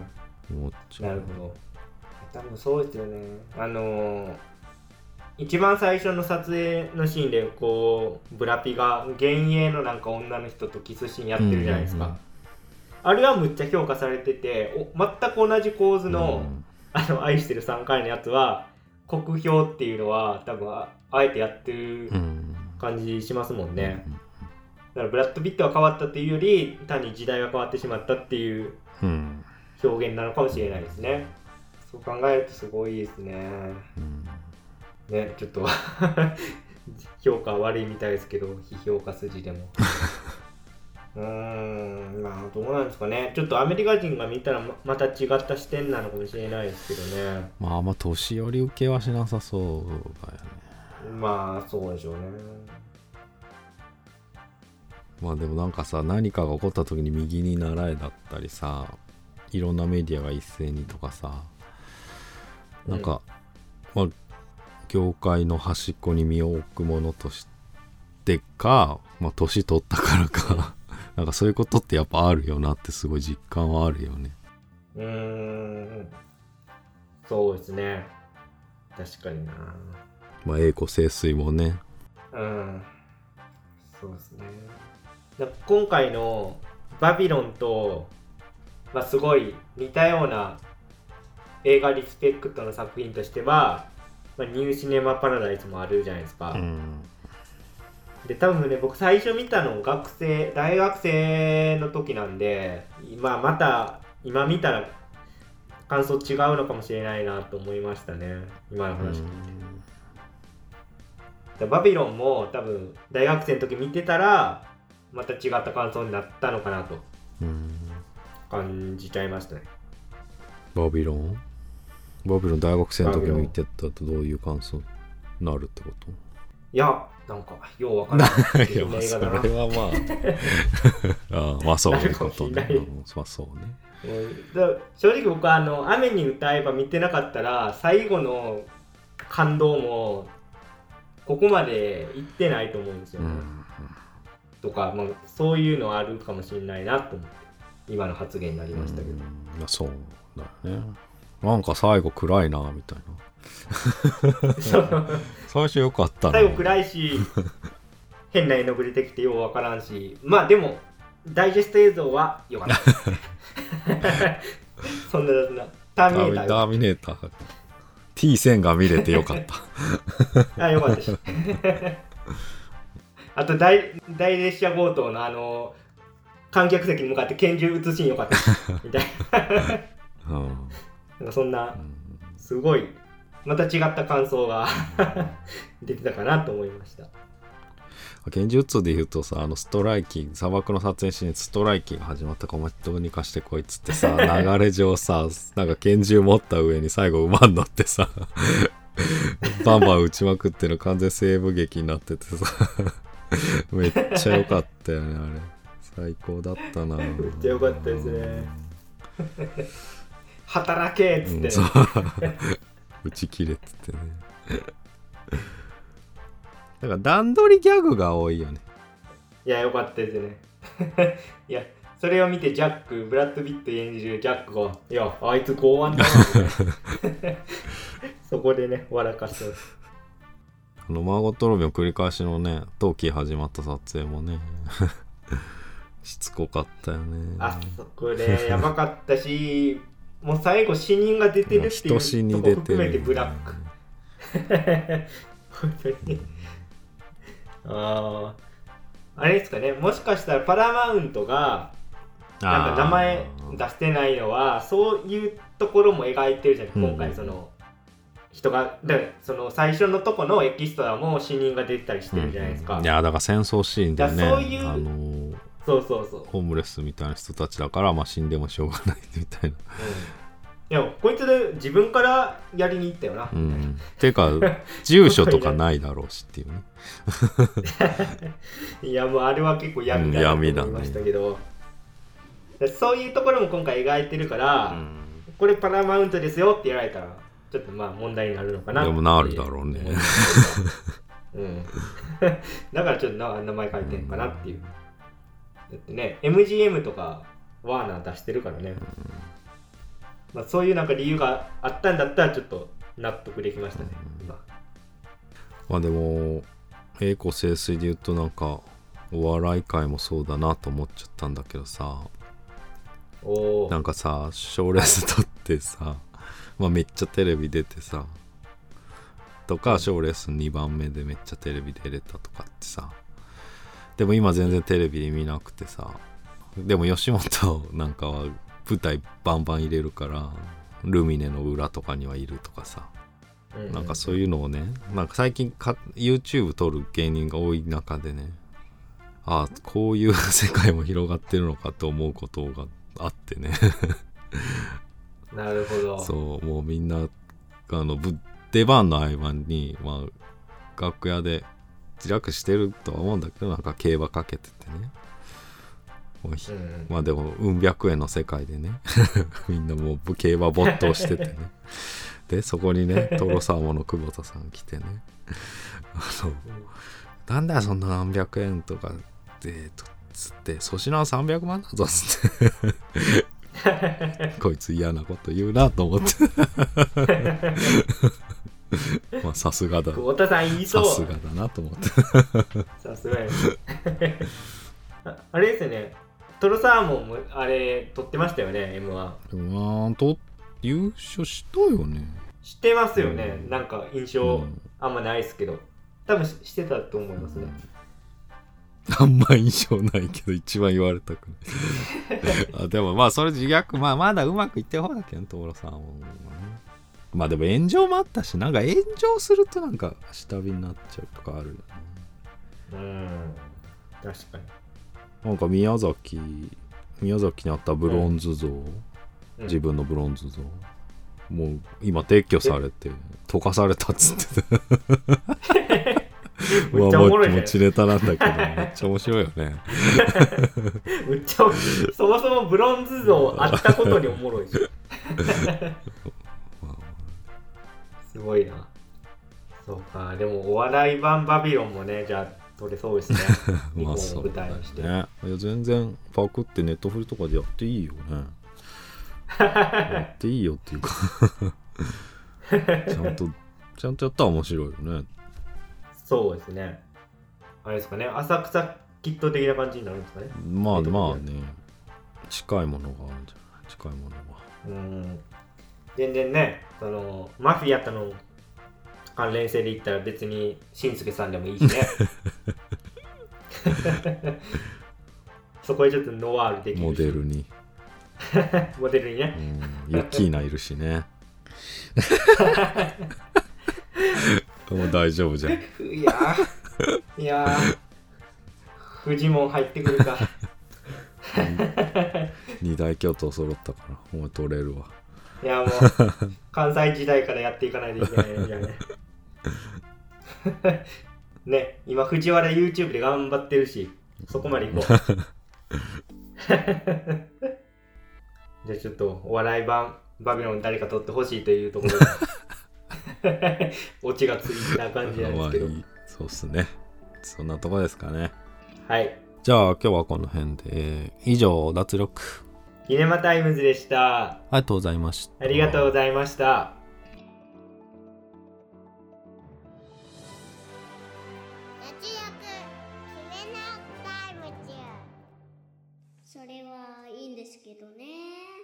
思っちゃう。なるほど、多分そうですよね。あのー一番最初の撮影のシーンでこうブラピが幻影のなんか女の人とキスシーンやってるじゃないですか、うんうんうん、あれはむっちゃ評価されてて、お全く同じ構図の、うん、あの愛してるさんかいのやつは酷評っていうのは多分 あ, あえてやってる感じしますもんね、うんうん、だからブラッド・ピットは変わったっていうより単に時代が変わってしまったっていう表現なのかもしれないですね、うん、そう考えるとすごいですね、うんね、ちょっと評価悪いみたいですけど、非評価筋でもうーん、まあどうなんですかね。ちょっとアメリカ人が見たら ま, また違った視点なのかもしれないですけどね。 まあまあ年寄り受けはしなさそうだよね。 まあそうでしょうね。 まあでもなんかさ、何かが起こった時に右に習えだったりさ、いろんなメディアが一斉にとかさ、なんか、うん、まあ業界の端っこに身を置くものとしてか、まあ年取ったからかなんかそういうことってやっぱあるよなってすごい実感はあるよね。 うーん、 そうですね。確かにな。 まあ栄枯盛衰もね。 うん。そうですね。だ今回のバビロンと、まあ、すごい似たような映画リスペクトの作品としては、まあ、ニューシネマパラダイスもあるじゃないですか。うん、で多分ね、僕最初見たの学生大学生の時なんで、まあ、また今見たら感想違うのかもしれないなと思いましたね、今の話聞いて。でバビロンも多分大学生の時見てたらまた違った感想になったのかなと感じちゃいましたね。 バビロンバビロン大学生の時見てたとどういう感想になるってこと？ いや、なんかようわからないいや、まあ、それはまあああまあそういうことね。まあそうね。 だ正直僕はあの雨に歌えば見てなかったら最後の感動もここまでいってないと思うんですよね、うん、とか、まあ、そういうのあるかもしれないなと思って今の発言になりましたけど、うん、いやそうだよね。なんか最後暗いなみたいな最初よかったな。 最後暗いし変な絵の具出てきてようわからんし、まあでもダイジェスト映像はよかったそんなだな。ターミネーターターミネーター T 線が見れてよかったあ、よかったしあと大大列車強盗のあの観客席に向かって拳銃撃つシーンよかったみたいな、うん、なんかそんなすごいまた違った感想が出てたかなと思いました。 拳銃撃つで言うとさ、あのストライキ砂漠の撮影シーンにストライキが始まったからどうにかしてこいつってさ流れ上さなんか拳銃持った上に最後馬に乗ってさバンバン撃ちまくってる完全西部劇になっててさめっちゃ良かったよね。あれ最高だったな。めっちゃ良かったですね働けっつって、 うん、打ち切れっつってねだから段取りギャグが多いよね。 いや、よかったですねいや、それを見てジャックブラッド・ピット演じるジャックがいや、あいつ剛腕だなそこでね、笑かしてます。 あのマーゴット・ロビーの繰り返しのね冬季始まった撮影もねしつこかったよね。 あそこでやばかったしもう最後死人が出てるっていうとこ含めてブラック本当にああれですかね、もしかしたらパラマウントがなんか名前出してないのはそういうところも描いてるじゃない、うん、今回その人がでその最初のとこのエキストラも死人が出てたりしてるじゃないですか、うん、 いやだから戦争シーンでね、 そういうあのー、 そうそうそうホームレスみたいな人たちだから、まあ、死んでもしょうがないみたいな、 うん、いやこいつで自分からやりに行ったよな、 うん、ていうか住所とかないだろうしっていうねいやもうあれは結構闇だなと思いましたけど、うん、ね、そういうところも今回描いてるから、うん、これパラマウントですよって言われたらちょっとまあ問題になるのかな。 でもなるだろうねうん、だからちょっとな名前書いてんかなっていう、うん、だってね エムジーエム とかワーナー出してるからね、うん、まあ、そういうなんか理由があったんだったらちょっと納得できましたね、うん、今まあでも栄枯盛衰で言うとなんかお笑い界もそうだなと思っちゃったんだけどさ、 おなんかさ賞レース取ってさ、まあ、めっちゃテレビ出てさとか賞レースにばんめでめっちゃテレビ出れたとかってさ、でも今全然テレビで見なくてさ、でも吉本なんかは舞台バンバン入れるからルミネの裏とかにはいるとかさ、なんかそういうのをね、なんか最近か YouTube 撮る芸人が多い中でね、ああこういう世界も広がってるのかと思うことがあってねなるほど。 そうもうみんなあの出番の合間に、まあ、楽屋で自楽してるとは思うんだけど、なんか競馬かけててね、うん、まあでもうん百円の世界でねみんなもう競馬没頭しててねでそこにねトロサーモの久保田さん来てねあのなんだよそんな何百円とかでつって粗品はさんびゃくまんだぞつってこいつ嫌なこと言うなと思ってまあさすがだ、 久保田さん言いそう。 さすがだなと思ってさすがやああれですよね、トロサーモンもあれ取ってましたよね エムワン。 うわーと優勝したよね。 知ってますよね、うん、なんか印象、 うん、 あんまないですけど多分してたと思いますね、 うん、あんま印象ないけど一番言われたくないあでもまあそれ自虐、まあまだうまくいってる方だけどトロサーモンはね。まあでも炎上もあったし、なんか炎上するとなんか下火になっちゃうとかあるよね。 うん確かに。 なんか宮崎宮崎にあったブロンズ像、うん、自分のブロンズ像、もう今撤去されて溶かされたっつってためっちゃおもろいね。 持ちネタなんだけどめっちゃ面白いよねめっちゃそもそもブロンズ像あったことにおもろいしすごいな。そうか、でもお笑い版バビロンもね、じゃあ撮れそうですねまあそうだね。いや全然パクってネットフリとかでやっていいよねやっていいよっていうかちゃんとちゃんとやったら面白いよね。 そうですね。あれですかね、浅草キッド的な感じになるんですかね。 まあまあね、近いものがあるんじゃない。近いものが。 うん。全然ね、そのマフィアとの関連性で言ったら別にしんすけさんでもいいしねそこへちょっとノワールできるしモデルにモデルにね、 うん、ユッキーナいるしねもう大丈夫じゃん。 いやいやフジモン入ってくるか二大巨頭揃ったからもう取れるわ。 いやもう関西時代からやっていかないといけないんじゃねね、今藤原 YouTube で頑張ってるし、そこまで行こうじゃあちょっとお笑い版バビロン誰か撮ってほしいというところでオチがついた感じなんですけど、まあいい、 そうっすね。そんなとこですかね。 はい、 じゃあ今日はこの辺で以上脱力キネマタイムズでした。 ありがとうございました。 ありがとうございました。 それはいいんですけどね。